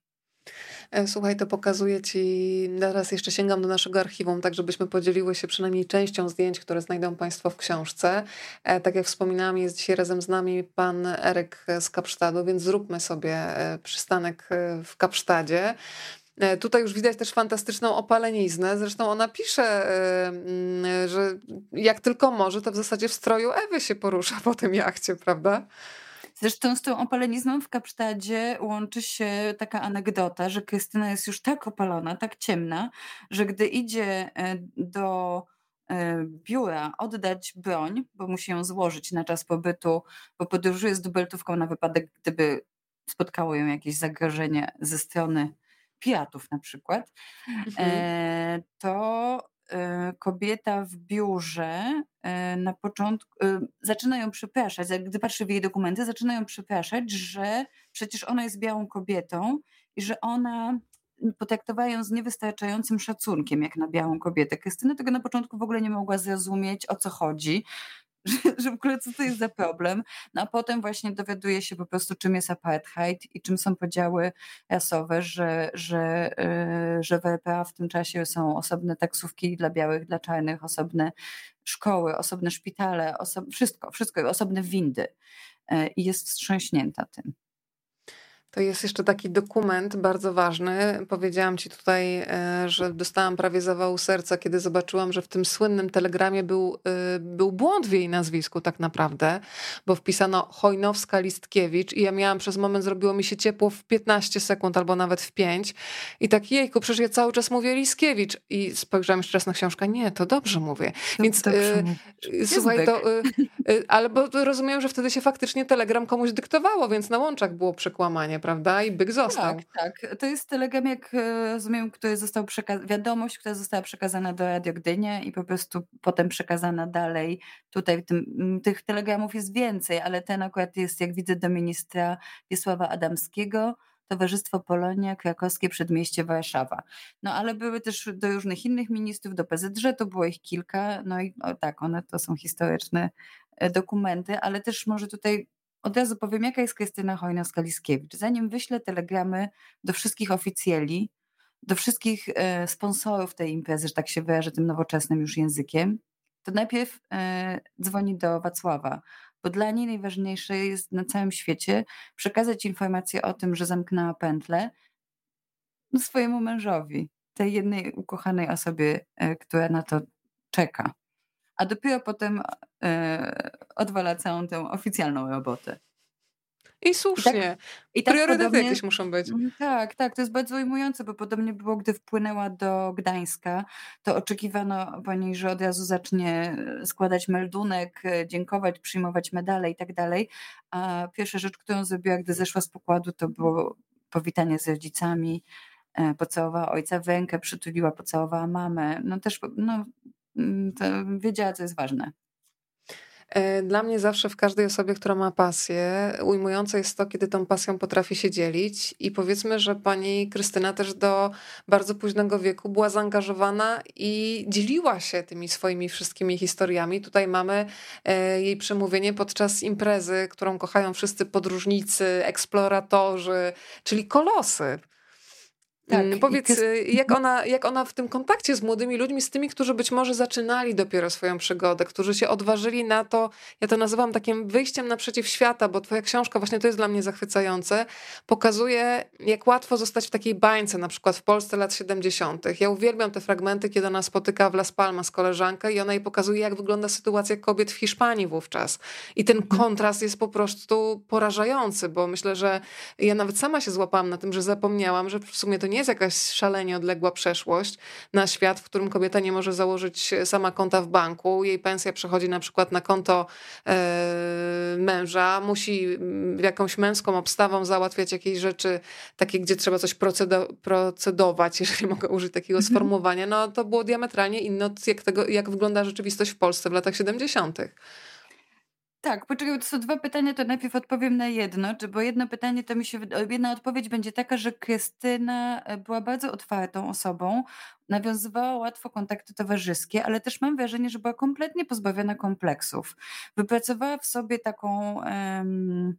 E, Słuchaj, to pokazuję ci, teraz jeszcze sięgam do naszego archiwum, tak żebyśmy podzieliły się przynajmniej częścią zdjęć, które znajdą Państwo w książce. E, Tak jak wspominałam, jest dzisiaj razem z nami pan Erek z Kapsztadu, więc zróbmy sobie e, przystanek e, w Kapsztadzie. E, Tutaj już widać też fantastyczną opaleniznę. Zresztą ona pisze, e, mm, że jak tylko może, to w zasadzie w stroju Ewy się porusza po tym jachcie, prawda? Zresztą z tą opalenizną w Kapsztadzie łączy się taka anegdota, że Krystyna jest już tak opalona, tak ciemna, że gdy idzie e, do e, biura oddać broń, bo musi ją złożyć na czas pobytu, bo podróżuje z dubeltówką na wypadek, gdyby spotkało ją jakieś zagrożenie ze strony piratów na przykład, Mhm. e, to e, kobieta w biurze e, na początku e, zaczyna ją przepraszać, jak gdy patrzy w jej dokumenty, zaczyna ją przepraszać, że przecież ona jest białą kobietą i że ona potraktowała ją z niewystarczającym szacunkiem, jak na białą kobietę. Krystyna tego na początku w ogóle nie mogła zrozumieć, o co chodzi, że, że w ogóle co to jest za problem. No a potem właśnie dowiaduje się po prostu, czym jest apartheid i czym są podziały rasowe, że, że, yy, że w R P A w tym czasie są osobne taksówki dla białych, dla czarnych, osobne szkoły, osobne szpitale, oso- wszystko, wszystko, osobne windy. Yy, I jest wstrząśnięta tym. To jest jeszcze taki dokument bardzo ważny. Powiedziałam ci tutaj, e, że dostałam prawie zawału serca, kiedy zobaczyłam, że w tym słynnym telegramie był, e, był błąd w jej nazwisku tak naprawdę, bo wpisano Chojnowska-Listkiewicz i ja miałam przez moment, zrobiło mi się ciepło w piętnaście sekund albo nawet w pięć i tak jejku, przecież ja cały czas mówię Liskiewicz i spojrzałam jeszcze raz na książkę, nie, to dobrze mówię. To Więc dobrze e, mówisz. e, Jest słuchaj, byk. to... e, Y, Ale bo rozumiem, że wtedy się faktycznie telegram komuś dyktowało, więc na łączach było przekłamanie, prawda? I byk Tak, został. tak. To jest telegram, jak e, rozumiem, który został przekazany, wiadomość, która została przekazana do Radio Gdynia i po prostu potem przekazana dalej. Tutaj w tym, m, tych telegramów jest więcej, ale ten akurat jest, jak widzę, do ministra Wiesława Adamskiego, Towarzystwo Polonia, Krakowskie Przedmieście Warszawa. No ale były też do różnych innych ministrów, do P Z Rz, to było ich kilka. No i o, tak, one to są historyczne e, dokumenty, ale też może tutaj od razu powiem, jaka jest Krystyna Chojnowska-Liskiewicz. Zanim wyślę telegramy do wszystkich oficjeli, do wszystkich e, sponsorów tej imprezy, że tak się wyrażę tym nowoczesnym już językiem, to najpierw e, dzwoni do Wacława, bo dla niej najważniejsze jest na całym świecie przekazać informację o tym, że zamknęła pętlę no, swojemu mężowi, tej jednej ukochanej osobie, e, która na to czeka. A dopiero potem e, odwala całą tę oficjalną robotę. I I tak słusznie. i tak Priorytety podobnie jakieś muszą być. mm, tak, tak, to jest bardzo ujmujące, bo podobnie było, gdy wpłynęła do Gdańska, to oczekiwano po niej, że od razu zacznie e, składać meldunek, e, dziękować, przyjmować medale i tak dalej, a pierwsza rzecz, którą zrobiła, gdy zeszła z pokładu, to było powitanie z rodzicami, e, pocałowała ojca w rękę, przytuliła, pocałowała mamę, no też no, mm, to wiedziała, co jest ważne. E, Dla mnie zawsze w każdej osobie, która ma pasję, ujmujące jest to, kiedy tą pasją potrafi się dzielić. I powiedzmy, że pani Krystyna też do bardzo późnego wieku była zaangażowana i dzieliła się tymi swoimi wszystkimi historiami. Tutaj mamy e, jej przemówienie podczas imprezy, którą kochają wszyscy podróżnicy, eksploratorzy, czyli kolosy. Mm, Tak, i Powiedz, Krys- y, jak ona, jak ona w tym kontakcie z młodymi ludźmi, z tymi, którzy być może zaczynali dopiero swoją przygodę, którzy się odważyli na to, ja to nazywam takim wyjściem naprzeciw świata, bo twoja książka, właśnie to jest dla mnie zachwycające, pokazuje, jak łatwo zostać w takiej bańce, na przykład w Polsce lat siedemdziesiątych. Ja uwielbiam te fragmenty, kiedy ona spotyka w Las Palmas koleżankę i ona jej pokazuje, jak wygląda sytuacja kobiet w Hiszpanii wówczas. I ten Mhm. kontrast jest po prostu porażający, bo myślę, że ja nawet sama się złapałam na tym, że zapomniałam, że w sumie to nie nie jest jakaś szalenie odległa przeszłość na świat, w którym kobieta nie może założyć sama konta w banku, jej pensja przechodzi na przykład na konto e, męża, musi jakąś męską obstawą załatwiać jakieś rzeczy takie, gdzie trzeba coś procedo- procedować, jeżeli mogę użyć takiego Mhm. sformułowania, no to było diametralnie inne od jak, tego, jak wygląda rzeczywistość w Polsce w latach siedemdziesiątych. Tak, poczekaj, to są dwa pytania, to najpierw odpowiem na jedno, czy bo jedno pytanie to mi się wyda jedna odpowiedź będzie taka, że Krystyna, e, była bardzo otwartą osobą, nawiązywała łatwo kontakty towarzyskie, ale też mam wrażenie, że była kompletnie pozbawiona kompleksów. Wypracowała w sobie taką, em,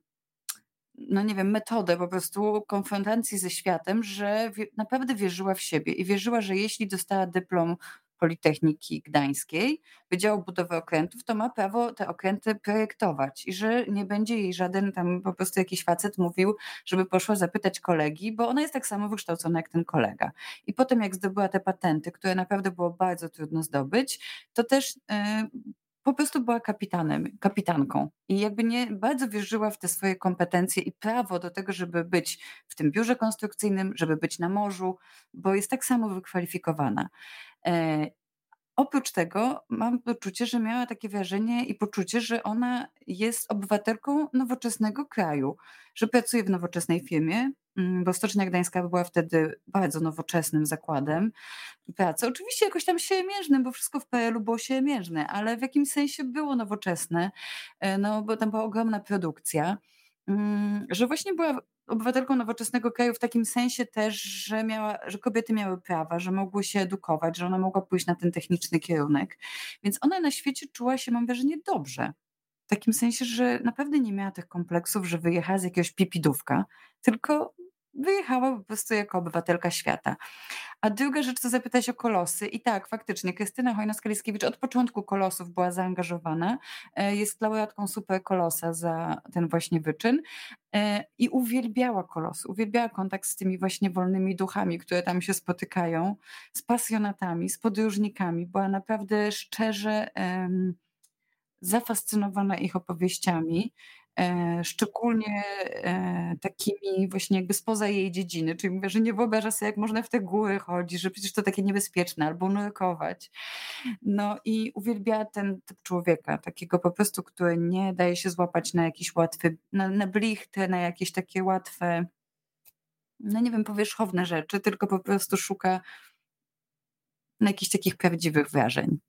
no nie wiem, metodę po prostu konfrontacji ze światem, że wie naprawdę wierzyła w siebie i wierzyła, że jeśli dostała dyplom Politechniki Gdańskiej, Wydziału Budowy Okrętów, to ma prawo te okręty projektować i że nie będzie jej żaden tam po prostu jakiś facet mówił, żeby poszła zapytać kolegi, bo ona jest tak samo wykształcona jak ten kolega. I potem jak zdobyła te patenty, które naprawdę było bardzo trudno zdobyć, to też e, po prostu była kapitanem, kapitanką. I jakby nie bardzo wierzyła w te swoje kompetencje i prawo do tego, żeby być w tym biurze konstrukcyjnym, żeby być na morzu, bo jest tak samo wykwalifikowana. E, Oprócz tego mam poczucie, że miała takie wrażenie i poczucie, że ona jest obywatelką nowoczesnego kraju, że pracuje w nowoczesnej firmie, mm, bo Stocznia Gdańska była wtedy bardzo nowoczesnym zakładem pracy. Oczywiście jakoś tam siermiężnym, bo wszystko w P R L u było siermiężne, ale w jakimś sensie było nowoczesne, e, no bo tam była ogromna produkcja. Mm, że właśnie była obywatelką nowoczesnego kraju w takim sensie też, że miała, że kobiety miały prawa, że mogły się edukować, że ona mogła pójść na ten techniczny kierunek. Więc ona na świecie czuła się, mam wrażenie, dobrze. W takim sensie, że naprawdę nie miała tych kompleksów, że wyjechała z jakiegoś pipidówka, tylko wyjechała po prostu jako obywatelka świata. A druga rzecz, to zapytać o Kolosy. I tak, faktycznie, Krystyna Hojna-Skaliskiewicz od początku Kolosów była zaangażowana. E, Jest laureatką Super Kolosa za ten właśnie wyczyn. E, I uwielbiała Kolosy, uwielbiała kontakt z tymi właśnie wolnymi duchami, które tam się spotykają, z pasjonatami, z podróżnikami. Była naprawdę szczerze em, zafascynowana ich opowieściami, e, szczególnie e, takimi właśnie jakby spoza jej dziedziny. Czyli mówię, że nie wyobraża sobie, jak można w te góry chodzić, że przecież to takie niebezpieczne, albo nurkować. No i uwielbiała ten typ człowieka, takiego po prostu, który nie daje się złapać na jakiś łatwy, na, na blichtę, na jakieś takie łatwe, no nie wiem, powierzchowne rzeczy, tylko po prostu szuka na jakichś takich prawdziwych wrażeń.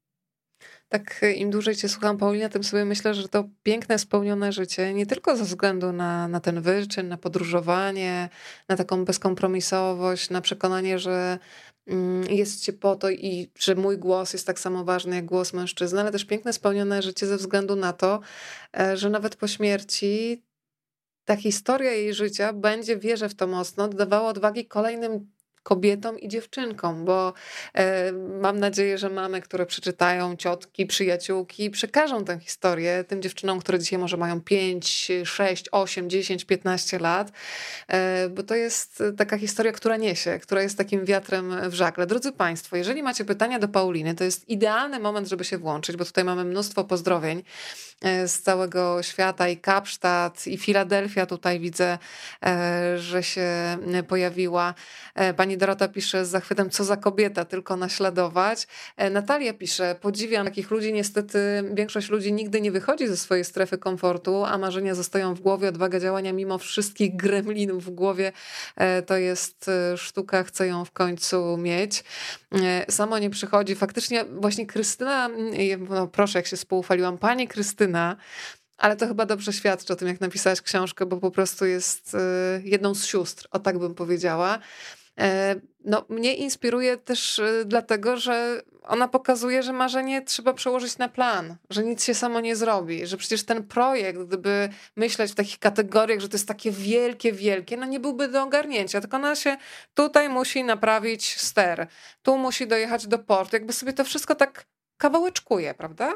Tak im dłużej cię słucham, Paulina, tym sobie myślę, że to piękne, spełnione życie, nie tylko ze względu na, na ten wyczyn, na podróżowanie, na taką bezkompromisowość, na przekonanie, że mm, jest cię po to i że mój głos jest tak samo ważny jak głos mężczyzny, ale też piękne, spełnione życie ze względu na to, e, że nawet po śmierci ta historia jej życia będzie, wierzę w to mocno, dodawała odwagi kolejnym kobietom i dziewczynkom, bo e, mam nadzieję, że mamy, które przeczytają, ciotki, przyjaciółki, przekażą tę historię tym dziewczynom, które dzisiaj może mają pięć, sześć, osiem, dziesięć, piętnaście lat, e, bo to jest taka historia, która niesie, która jest takim wiatrem w żagle. Drodzy Państwo, jeżeli macie pytania do Pauliny, to jest idealny moment, żeby się włączyć, bo tutaj mamy mnóstwo pozdrowień e, z całego świata i Kapsztad i Filadelfia tutaj widzę, e, że się pojawiła. E, Pani Dorota pisze z zachwytem, co za kobieta, tylko naśladować. E, Natalia pisze, podziwiam takich ludzi, niestety większość ludzi nigdy nie wychodzi ze swojej strefy komfortu, a marzenia zostają w głowie, odwaga działania mimo wszystkich gremlinów w głowie, e, to jest e, sztuka, chcę ją w końcu mieć. E, Samo nie przychodzi. Faktycznie właśnie Krystyna, e, no proszę, jak się spoufaliłam, pani Krystyna, ale to chyba dobrze świadczy o tym, jak napisałaś książkę, bo po prostu jest e, jedną z sióstr, o tak bym powiedziała. E, No, mnie inspiruje też e, dlatego, że ona pokazuje, że marzenie trzeba przełożyć na plan, że nic się samo nie zrobi, że przecież ten projekt, gdyby myśleć w takich kategoriach, że to jest takie wielkie, wielkie, no nie byłby do ogarnięcia, tylko ona się tutaj musi naprawić ster, tu musi dojechać do portu, jakby sobie to wszystko tak kawałeczkuje, prawda?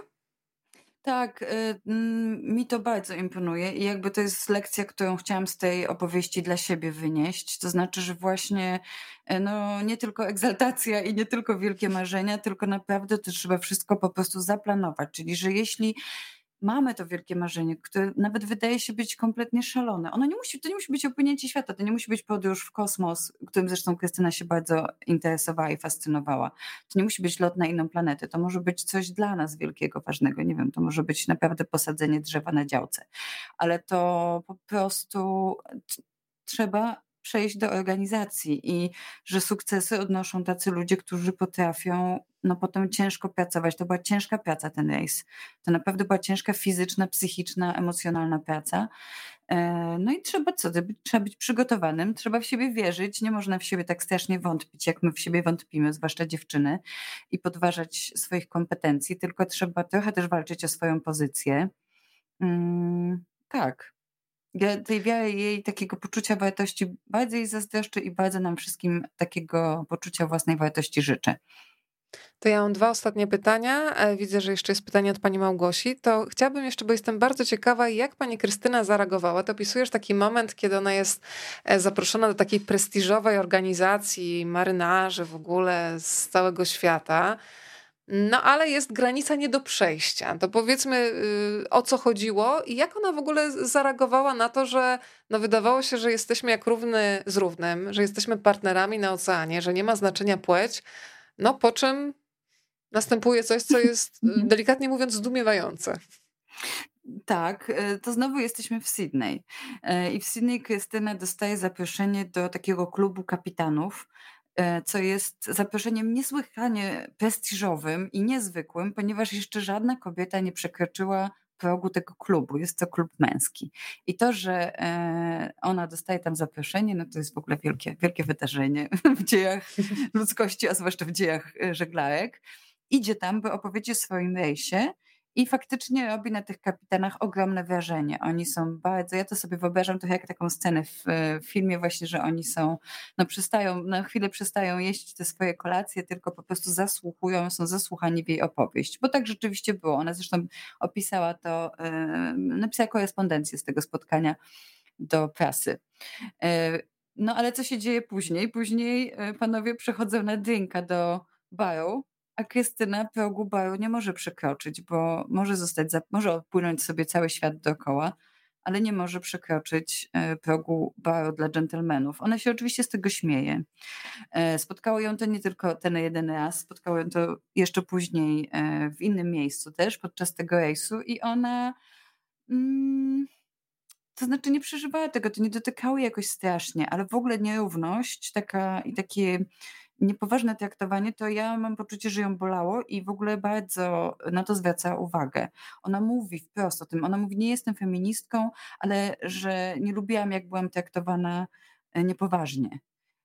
Tak, y, mm, mi to bardzo imponuje i jakby to jest lekcja, którą chciałam z tej opowieści dla siebie wynieść. To znaczy, że właśnie e, no, nie tylko egzaltacja i nie tylko wielkie marzenia, tylko naprawdę to trzeba wszystko po prostu zaplanować. Czyli, że jeśli mamy to wielkie marzenie, które nawet wydaje się być kompletnie szalone. Ono nie musi, to nie musi być opłynięcie świata, to nie musi być podróż w kosmos, którym zresztą Krystyna się bardzo interesowała i fascynowała. To nie musi być lot na inną planetę, to może być coś dla nas wielkiego, ważnego, nie wiem, to może być naprawdę posadzenie drzewa na działce. Ale to po prostu t- trzeba przejść do organizacji i że sukcesy odnoszą tacy ludzie, którzy potrafią no potem ciężko pracować. To była ciężka praca ten rejs. To naprawdę była ciężka fizyczna, psychiczna, emocjonalna praca. E, No i trzeba co? Trzeba być przygotowanym, trzeba w siebie wierzyć. Nie można w siebie tak strasznie wątpić, jak my w siebie wątpimy, zwłaszcza dziewczyny, i podważać swoich kompetencji, tylko trzeba trochę też walczyć o swoją pozycję. Mm, tak. Ja tej wiary jej, takiego poczucia wartości bardzo jej zazdroszczę i bardzo nam wszystkim takiego poczucia własnej wartości życzę. To ja mam dwa ostatnie pytania. E, Widzę, że jeszcze jest pytanie od pani Małgosi. To chciałabym jeszcze, bo jestem bardzo ciekawa, jak pani Krystyna zareagowała. To opisujesz taki moment, kiedy ona jest e, zaproszona do takiej prestiżowej organizacji, marynarzy w ogóle z całego świata. No ale jest granica nie do przejścia. To powiedzmy, y, o co chodziło i jak ona w ogóle zareagowała na to, że no wydawało się, że jesteśmy jak równy z równym, że jesteśmy partnerami na oceanie, że nie ma znaczenia płeć, no po czym następuje coś, co jest y, delikatnie mówiąc zdumiewające. Tak, e, to znowu jesteśmy w Sydney. E, I w Sydney Krystyna dostaje zaproszenie do takiego klubu kapitanów, e, co jest zaproszeniem niesłychanie prestiżowym i niezwykłym, ponieważ jeszcze żadna kobieta nie przekroczyła progu tego klubu. Jest to klub męski. I to, że e, ona dostaje tam zaproszenie, no to jest w ogóle wielkie, wielkie wydarzenie w dziejach ludzkości, a zwłaszcza w dziejach e, żeglarek. Idzie tam, by opowiedzieć o swoim rejsie. I faktycznie robi na tych kapitanach ogromne wrażenie. Oni są bardzo, ja to sobie wyobrażam trochę jak taką scenę w, w filmie właśnie, że oni są, no przestają, na chwilę przestają jeść te swoje kolacje, tylko po prostu zasłuchują, są zasłuchani w jej opowieść. Bo tak rzeczywiście było. Ona zresztą opisała to, yy, napisała korespondencję z tego spotkania do prasy. Yy, No ale co się dzieje później? Później yy, panowie przechodzą na drinka do baru, a Krystyna progu baru nie może przekroczyć, bo może zostać, za, może odpłynąć sobie cały świat dookoła, ale nie może przekroczyć e, progu baru dla dżentelmenów. Ona się oczywiście z tego śmieje. E, Spotkało ją to nie tylko ten jeden raz, spotkało ją to jeszcze później e, w innym miejscu też, podczas tego rejsu i ona... Mm, to znaczy nie przeżywała tego, to nie dotykało jej jakoś strasznie, ale w ogóle nierówność taka i takie niepoważne traktowanie, to ja mam poczucie, że ją bolało i w ogóle bardzo na to zwraca uwagę. Ona mówi wprost o tym. Ona mówi, nie jestem feministką, ale że nie lubiłam, jak byłam traktowana e, niepoważnie.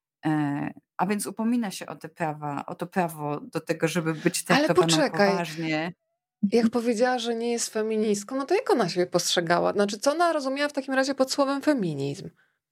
E, A więc upomina się o te prawa, o to prawo do tego, żeby być Ale traktowaną poczekaj, poważnie. jak powiedziała, że nie jest feministką, no to jak ona siebie postrzegała? Znaczy, co ona rozumiała w takim razie pod słowem feminizm?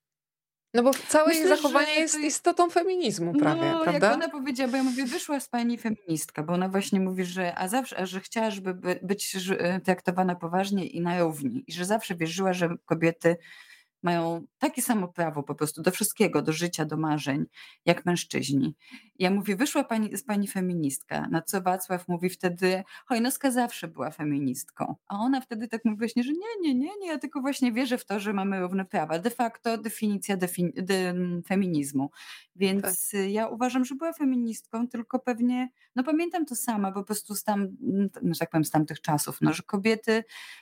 No bo całe jej Myślę, że zachowanie to jest istotą feminizmu prawie, No, jak prawda? ona powiedziała, bo ja mówię, wyszła z pani feministka, bo ona właśnie mówi, że a zawsze, a że chciała, żeby by, być że, e, traktowana poważnie i na równi. I że zawsze wierzyła, że kobiety mają takie samo prawo po prostu do wszystkiego, do życia, do marzeń, jak mężczyźni. Ja mówię, wyszła pani, z pani feministka, na co Wacław mówi wtedy, Chojnowska zawsze była feministką. A ona wtedy tak mówi właśnie, że nie, nie, nie, nie, ja tylko właśnie wierzę w to, że mamy równe prawa. De facto definicja defini de, feminizmu. Tak. Więc y, ja uważam, że była feministką, tylko pewnie, no pamiętam to sama, po prostu z tam, no, że tak powiem, z tamtych czasów, no, że kobiety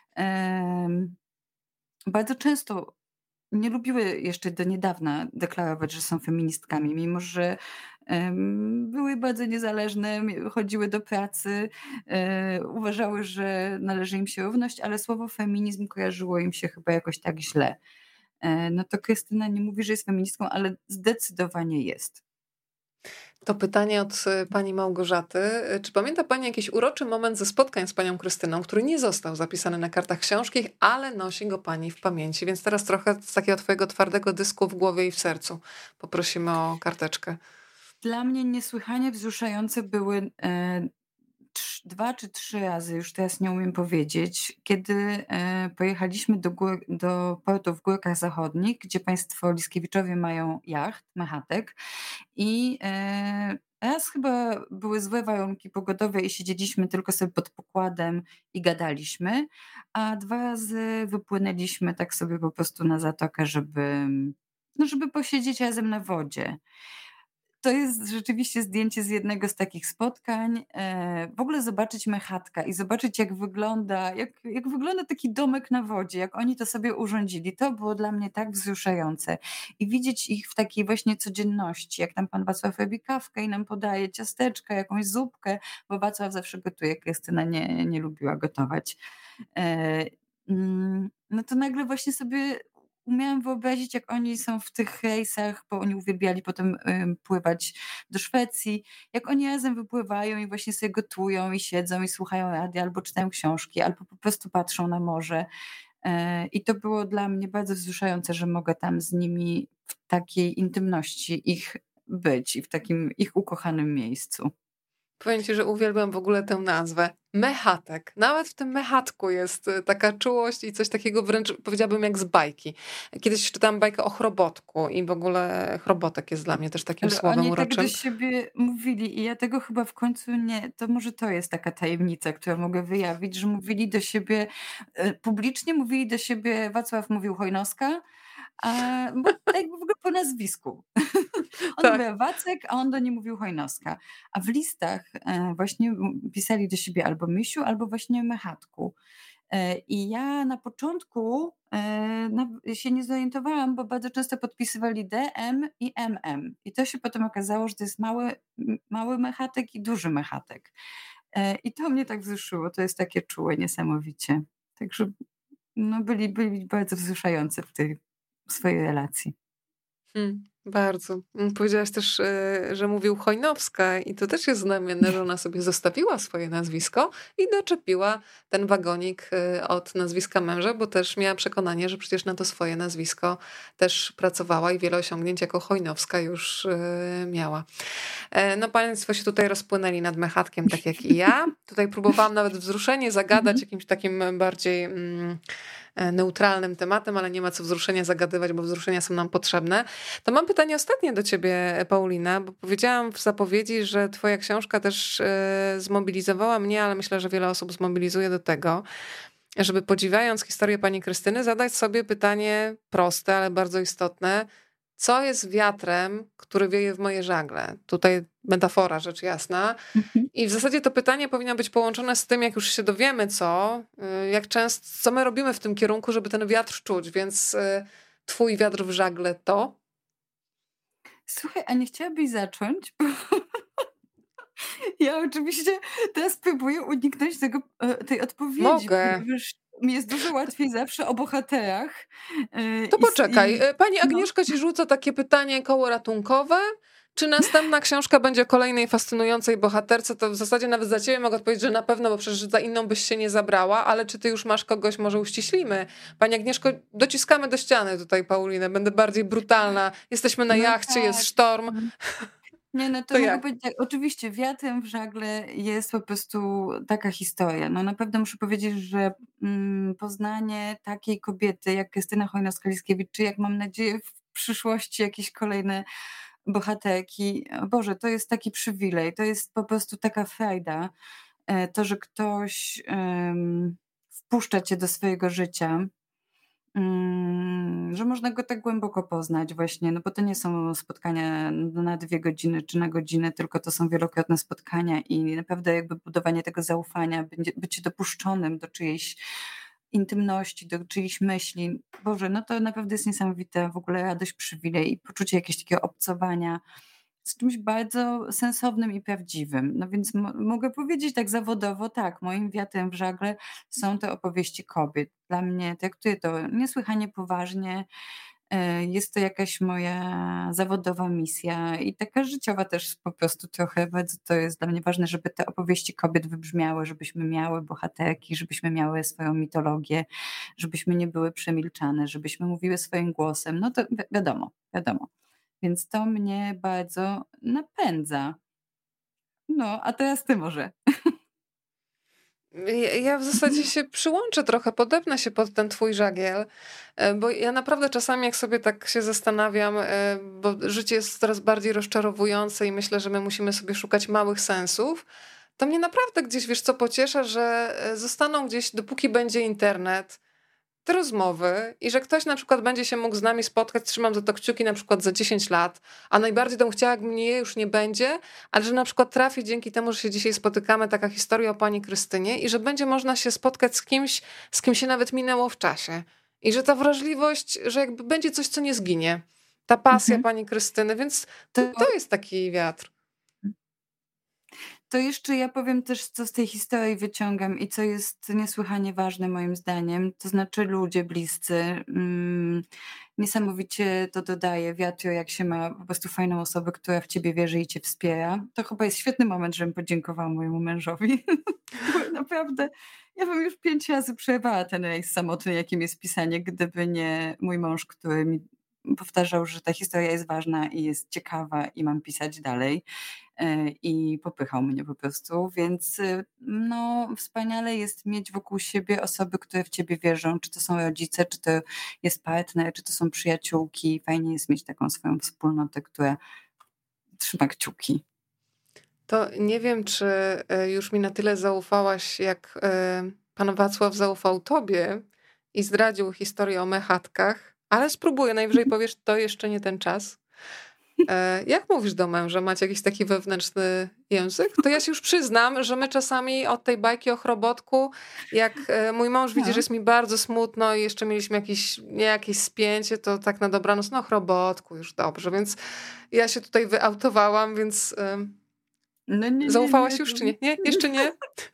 em, bardzo często nie lubiły jeszcze do niedawna deklarować, że są feministkami, mimo że em, były bardzo niezależne, mi- chodziły do pracy, e, uważały, że należy im się równość, ale słowo feminizm kojarzyło im się chyba jakoś tak źle. E, No to Krystyna nie mówi, że jest feministką, ale zdecydowanie jest. To pytanie od y, pani Małgorzaty. Y, Czy pamięta pani jakiś uroczy moment ze spotkań z panią Krystyną, który nie został zapisany na kartach książki, ale nosi go pani w pamięci? Więc teraz trochę z takiego twojego twardego dysku w głowie i w sercu poprosimy o karteczkę. Dla mnie niesłychanie wzruszające były e, trz- dwa czy trzy razy, już teraz nie umiem powiedzieć, kiedy e, pojechaliśmy do, gór, do portu w Górkach Zachodnich, gdzie państwo Liskiewiczowie mają jacht, Mechatek i e, raz chyba były złe warunki pogodowe i siedzieliśmy tylko sobie pod pokładem i gadaliśmy, a dwa razy wypłynęliśmy tak sobie po prostu na zatokę, żeby no żeby posiedzieć razem na wodzie. To jest rzeczywiście zdjęcie z jednego z takich spotkań. Eee, w ogóle zobaczyć Mechatka i zobaczyć, jak wygląda jak jak wygląda taki domek na wodzie, jak oni to sobie urządzili. To było dla mnie tak wzruszające. I widzieć ich w takiej właśnie codzienności, jak tam pan Wacław robi kawkę i nam podaje ciasteczka, jakąś zupkę, bo Wacław zawsze gotuje, Krystyna nie nie lubiła gotować. Eee, mm, no to nagle właśnie sobie umiałam wyobrazić, jak oni są w tych rejsach, bo oni uwielbiali potem, ym, pływać do Szwecji, jak oni razem wypływają i właśnie sobie gotują i siedzą i słuchają radia, albo czytają książki, albo po prostu patrzą na morze. Eee, I to było dla mnie bardzo wzruszające, że mogę tam z nimi w takiej intymności ich być i w takim ich ukochanym miejscu. Powiem ci, że uwielbiam w ogóle tę nazwę. Mechatek. Nawet w tym mechatku jest y, taka czułość i coś takiego wręcz powiedziałabym jak z bajki. Kiedyś czytałam bajkę o chrobotku i w ogóle chrobotek jest dla mnie też takim Ale słowem oni tak do uroczym. siebie mówili i ja tego chyba w końcu nie to może to jest taka tajemnica, którą mogę wyjawić, że mówili do siebie, e, publicznie mówili do siebie Wacław mówił Chojnowska, a bo tak jakby w ogóle po nazwisku. On Tak. mówił Wacek, a on do niej mówił Chojnowska. A w listach, e, właśnie m pisali do siebie albo Misiu, albo właśnie Mechatku. E, I ja na początku, e, naw się nie zorientowałam, bo bardzo często podpisywali D M i M M. I to się potem okazało, że to jest mały m mały Mechatek i duży Mechatek. E, I to mnie tak wzruszyło. To jest takie czułe niesamowicie. Także no byli byli bardzo wzruszający w tej swojej relacji. Hmm, bardzo. Mm, Powiedziałaś też, e, że mówił Chojnowska i to też jest znamienne, że ona sobie zostawiła swoje nazwisko i doczepiła ten wagonik e, od nazwiska męża, bo też miała przekonanie, że przecież na to swoje nazwisko też pracowała i wiele osiągnięć jako Chojnowska już e, miała. E, No państwo się tutaj rozpłynęli nad Mechatkiem, tak jak i ja. Tutaj próbowałam nawet wzruszenie zagadać Mhm. jakimś takim bardziej mm, e, neutralnym tematem, ale nie ma co wzruszenia zagadywać, bo wzruszenia są nam potrzebne. To mam pytanie ostatnie do ciebie, Paulina, bo powiedziałam w zapowiedzi, że twoja książka też e, zmobilizowała mnie, ale myślę, że wiele osób zmobilizuje do tego, żeby podziwiając historię pani Krystyny, zadać sobie pytanie proste, ale bardzo istotne. Co jest wiatrem, który wieje w moje żagle? Tutaj metafora, rzecz jasna. Mhm. I w zasadzie to pytanie powinno być połączone z tym, jak już się dowiemy co, y, jak często, co my robimy w tym kierunku, żeby ten wiatr czuć. Więc y, twój wiatr w żagle to? Słuchaj, a nie chciałabyś zacząć? Bo ja oczywiście teraz próbuję uniknąć tego e, tej odpowiedzi, Mogę. ponieważ mi jest dużo łatwiej zawsze o bohaterach, e, To i s poczekaj. i y, Pani no. Agnieszka ci rzuca takie pytanie koło ratunkowe. Czy następna książka będzie o kolejnej fascynującej bohaterce? To w zasadzie nawet za ciebie mogę odpowiedzieć, że na pewno, bo przecież za inną byś się nie zabrała, ale czy ty już masz kogoś, może uściślimy? Pani Agnieszko, dociskamy do ściany tutaj Paulinę, będę bardziej brutalna. Jesteśmy na No jachcie, jest tak. sztorm. Mhm. Nie, no to To mogę jak? powiedzieć tak, oczywiście wiatrem w żagle jest po prostu taka historia. No naprawdę muszę powiedzieć, że, mm, poznanie takiej kobiety jak Krystyna Chojnowska-Liskiewicz, czy jak mam nadzieję w przyszłości jakieś kolejne bohaterki, o Boże, to jest taki przywilej, to jest po prostu taka frajda, e, to, że ktoś, em, wpuszcza cię do swojego życia. Mm, że można go tak głęboko poznać właśnie, no bo to nie są spotkania na dwie godziny czy na godzinę, tylko to są wielokrotne spotkania i naprawdę jakby budowanie tego zaufania, będzie bycie dopuszczonym do czyjejś intymności, do czyichś myśli. Boże, no to naprawdę jest niesamowite, w ogóle radość, przywilej i poczucie jakiegoś takiego obcowania z czymś bardzo sensownym i prawdziwym. No więc mo mogę powiedzieć tak zawodowo, tak, moim wiatrem w żagle są te opowieści kobiet. Dla mnie traktuję to niesłychanie poważnie. E, Jest to jakaś moja zawodowa misja i taka życiowa też po prostu trochę. Bardzo to jest dla mnie ważne, żeby te opowieści kobiet wybrzmiały, żebyśmy miały bohaterki, żebyśmy miały swoją mitologię, żebyśmy nie były przemilczane, żebyśmy mówiły swoim głosem. No to wi wiadomo, wiadomo. Więc to mnie bardzo napędza. No, a teraz ty może. Ja ja w zasadzie się przyłączę trochę, podepnę się pod ten twój żagiel, e, bo ja naprawdę czasami jak sobie tak się zastanawiam, e, bo życie jest coraz bardziej rozczarowujące i myślę, że my musimy sobie szukać małych sensów, to mnie naprawdę gdzieś, wiesz co, pociesza, że e, zostaną gdzieś, dopóki będzie internet, te rozmowy i że ktoś na przykład będzie się mógł z nami spotkać, trzymam za to kciuki na przykład za dziesięć lat, a najbardziej to bym chciała, jak mnie już nie będzie, ale że na przykład trafi dzięki temu, że się dzisiaj spotykamy, taka historia o pani Krystynie i że będzie można się spotkać z kimś, z kim się nawet minęło w czasie. I że ta wrażliwość, że jakby będzie coś, co nie zginie. Ta pasja Mhm. pani Krystyny, więc to, To to jest taki wiatr. To jeszcze ja powiem też, co z tej historii wyciągam i co jest niesłychanie ważne moim zdaniem. To znaczy ludzie bliscy. Mm, niesamowicie to dodaje wiatru, jak się ma po prostu fajną osobę, która w ciebie wierzy i cię wspiera. To chyba jest świetny moment, żebym podziękowała mojemu mężowi. Bo naprawdę, ja bym już pięć razy przerwała ten rejs samotny, jakim jest pisanie, gdyby nie mój mąż, który mi powtarzał, że ta historia jest ważna i jest ciekawa i mam pisać dalej. E, I popychał mnie po prostu, więc y, no, wspaniale jest mieć wokół siebie osoby, które w ciebie wierzą, czy to są rodzice, czy to jest partner, czy to są przyjaciółki. Fajnie jest mieć taką swoją wspólnotę, która trzyma kciuki. To nie wiem, czy e, już mi na tyle zaufałaś, jak e, pan Wacław zaufał tobie i zdradził historię o mechatkach, ale spróbuję, najwyżej powiesz, to jeszcze nie ten czas. E, Jak mówisz do męża? Macie jakiś taki wewnętrzny język? To ja się już przyznam, że my czasami od tej bajki o chrobotku, jak e, mój mąż widzi, że No. jest mi bardzo smutno i jeszcze mieliśmy jakieś, nie jakieś spięcie, to tak na dobranoc, no chrobotku, już dobrze, więc ja się tutaj wyautowałam, więc e, No nie, nie, zaufałaś nie. już To... czy nie? Nie? Jeszcze nie?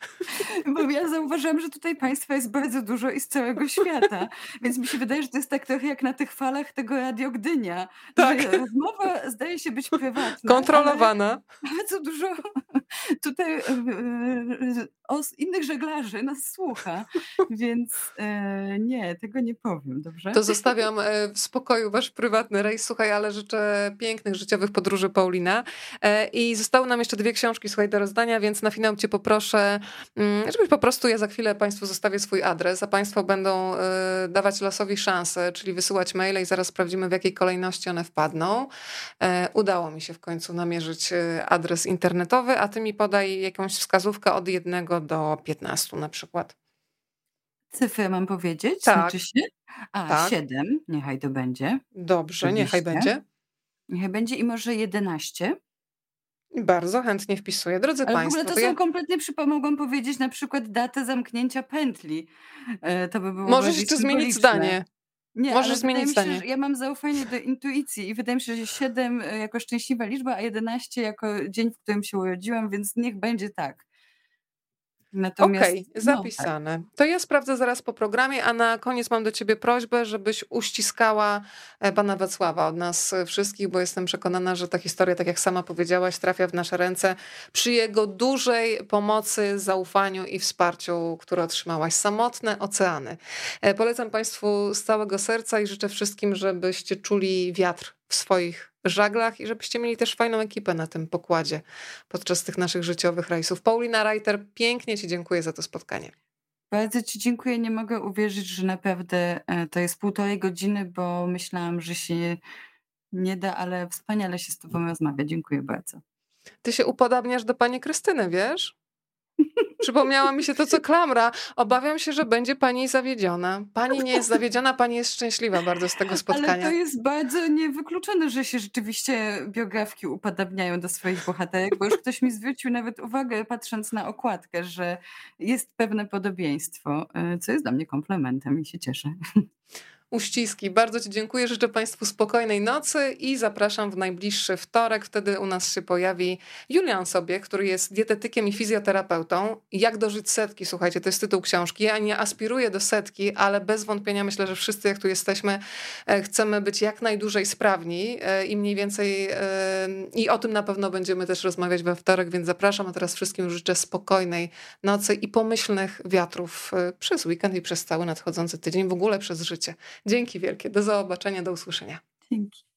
Bo ja zauważyłam, że tutaj państwa jest bardzo dużo i z całego świata. Więc mi się wydaje, że to jest tak trochę jak na tych falach tego Radio Gdynia, Tak, że rozmowa zdaje się być prywatna, ale kontrolowana. bardzo dużo tutaj e, e, os, innych żeglarzy nas słucha, więc e, nie, tego nie powiem, dobrze? To zostawiam e, w spokoju wasz prywatny rejs. Słuchaj, ale życzę pięknych życiowych podróży, Paulina. E, I zostały nam jeszcze dwie książki, słuchaj, do rozdania, więc na finał cię poproszę, mm, żebyś po prostu, ja za chwilę państwu zostawię swój adres, a państwo będą e, dawać losowi szansę, czyli wysyłać maile i zaraz sprawdzimy, w jakiej kolejności one wpadną. E, Udało mi się w końcu namierzyć e, adres internetowy, a ty mi podaj jakąś wskazówkę od jednego do piętnastu na przykład. Cyfrę mam powiedzieć, Tak, znaczy się? A, tak. siedem, niechaj to będzie, Dobrze, niechaj oczywiście. będzie. Niechaj będzie i może jedenaście. Bardzo chętnie wpisuję. Drodzy Ale w ogóle państwo, to to są ja kompletnie, przypa mogłam powiedzieć na przykład datę zamknięcia pętli. E, to by było możesz bardziej jeszcze zmienić symboliczne. zdanie. Nie, Możesz ale wydaje zmienić mi się, że zdanie. ja mam zaufanie do intuicji i wydaje mi się, że siedem e, jako szczęśliwa liczba, a jedenaście jako dzień, w którym się urodziłam, więc niech będzie tak. Okej, Natomiast no tak. zapisane. To ja sprawdzę zaraz po programie, a na koniec mam do ciebie prośbę, żebyś uściskała e, pana Wacława od nas e, wszystkich, bo jestem przekonana, że ta historia, tak jak sama powiedziałaś, trafia w nasze ręce przy jego dużej pomocy, zaufaniu i wsparciu, które otrzymałaś. Samotne oceany. E, Polecam państwu z całego serca i życzę wszystkim, żebyście czuli wiatr w swoich żaglach i żebyście mieli też fajną ekipę na tym pokładzie podczas tych naszych życiowych rejsów. Paulina Reiter, pięknie ci dziękuję za to spotkanie. Bardzo ci dziękuję. Nie mogę uwierzyć, że naprawdę e, to jest półtorej godziny, bo myślałam, że się nie da, ale wspaniale się z tobą rozmawia. Dziękuję bardzo. Ty się upodabniasz do pani Krystyny, wiesz? Przypomniała mi się to, co Klamra. Obawiam się, że będzie pani zawiedziona. Pani nie jest zawiedziona, pani jest szczęśliwa bardzo z tego Ale to spotkania. jest bardzo niewykluczone, że się rzeczywiście biografki upodabniają do swoich bohaterek, bo już ktoś mi zwrócił nawet uwagę, patrząc na okładkę, że jest pewne podobieństwo, e, co jest dla mnie komplementem i się cieszę. Uściski. Bardzo ci dziękuję. Życzę państwu spokojnej nocy i zapraszam w najbliższy wtorek. Wtedy u nas się pojawi Julian Sobiech, który jest dietetykiem i fizjoterapeutą. Jak dożyć setki? Słuchajcie, to jest tytuł książki. Ja nie aspiruję do setki, ale bez wątpienia myślę, że wszyscy, jak tu jesteśmy, e, chcemy być jak najdłużej sprawni e, i mniej więcej e, i o tym na pewno będziemy też rozmawiać we wtorek, więc zapraszam. A teraz wszystkim życzę spokojnej nocy i pomyślnych wiatrów e, przez weekend i przez cały nadchodzący tydzień, w ogóle przez życie. Dzięki wielkie. Do zobaczenia, do usłyszenia. Dzięki.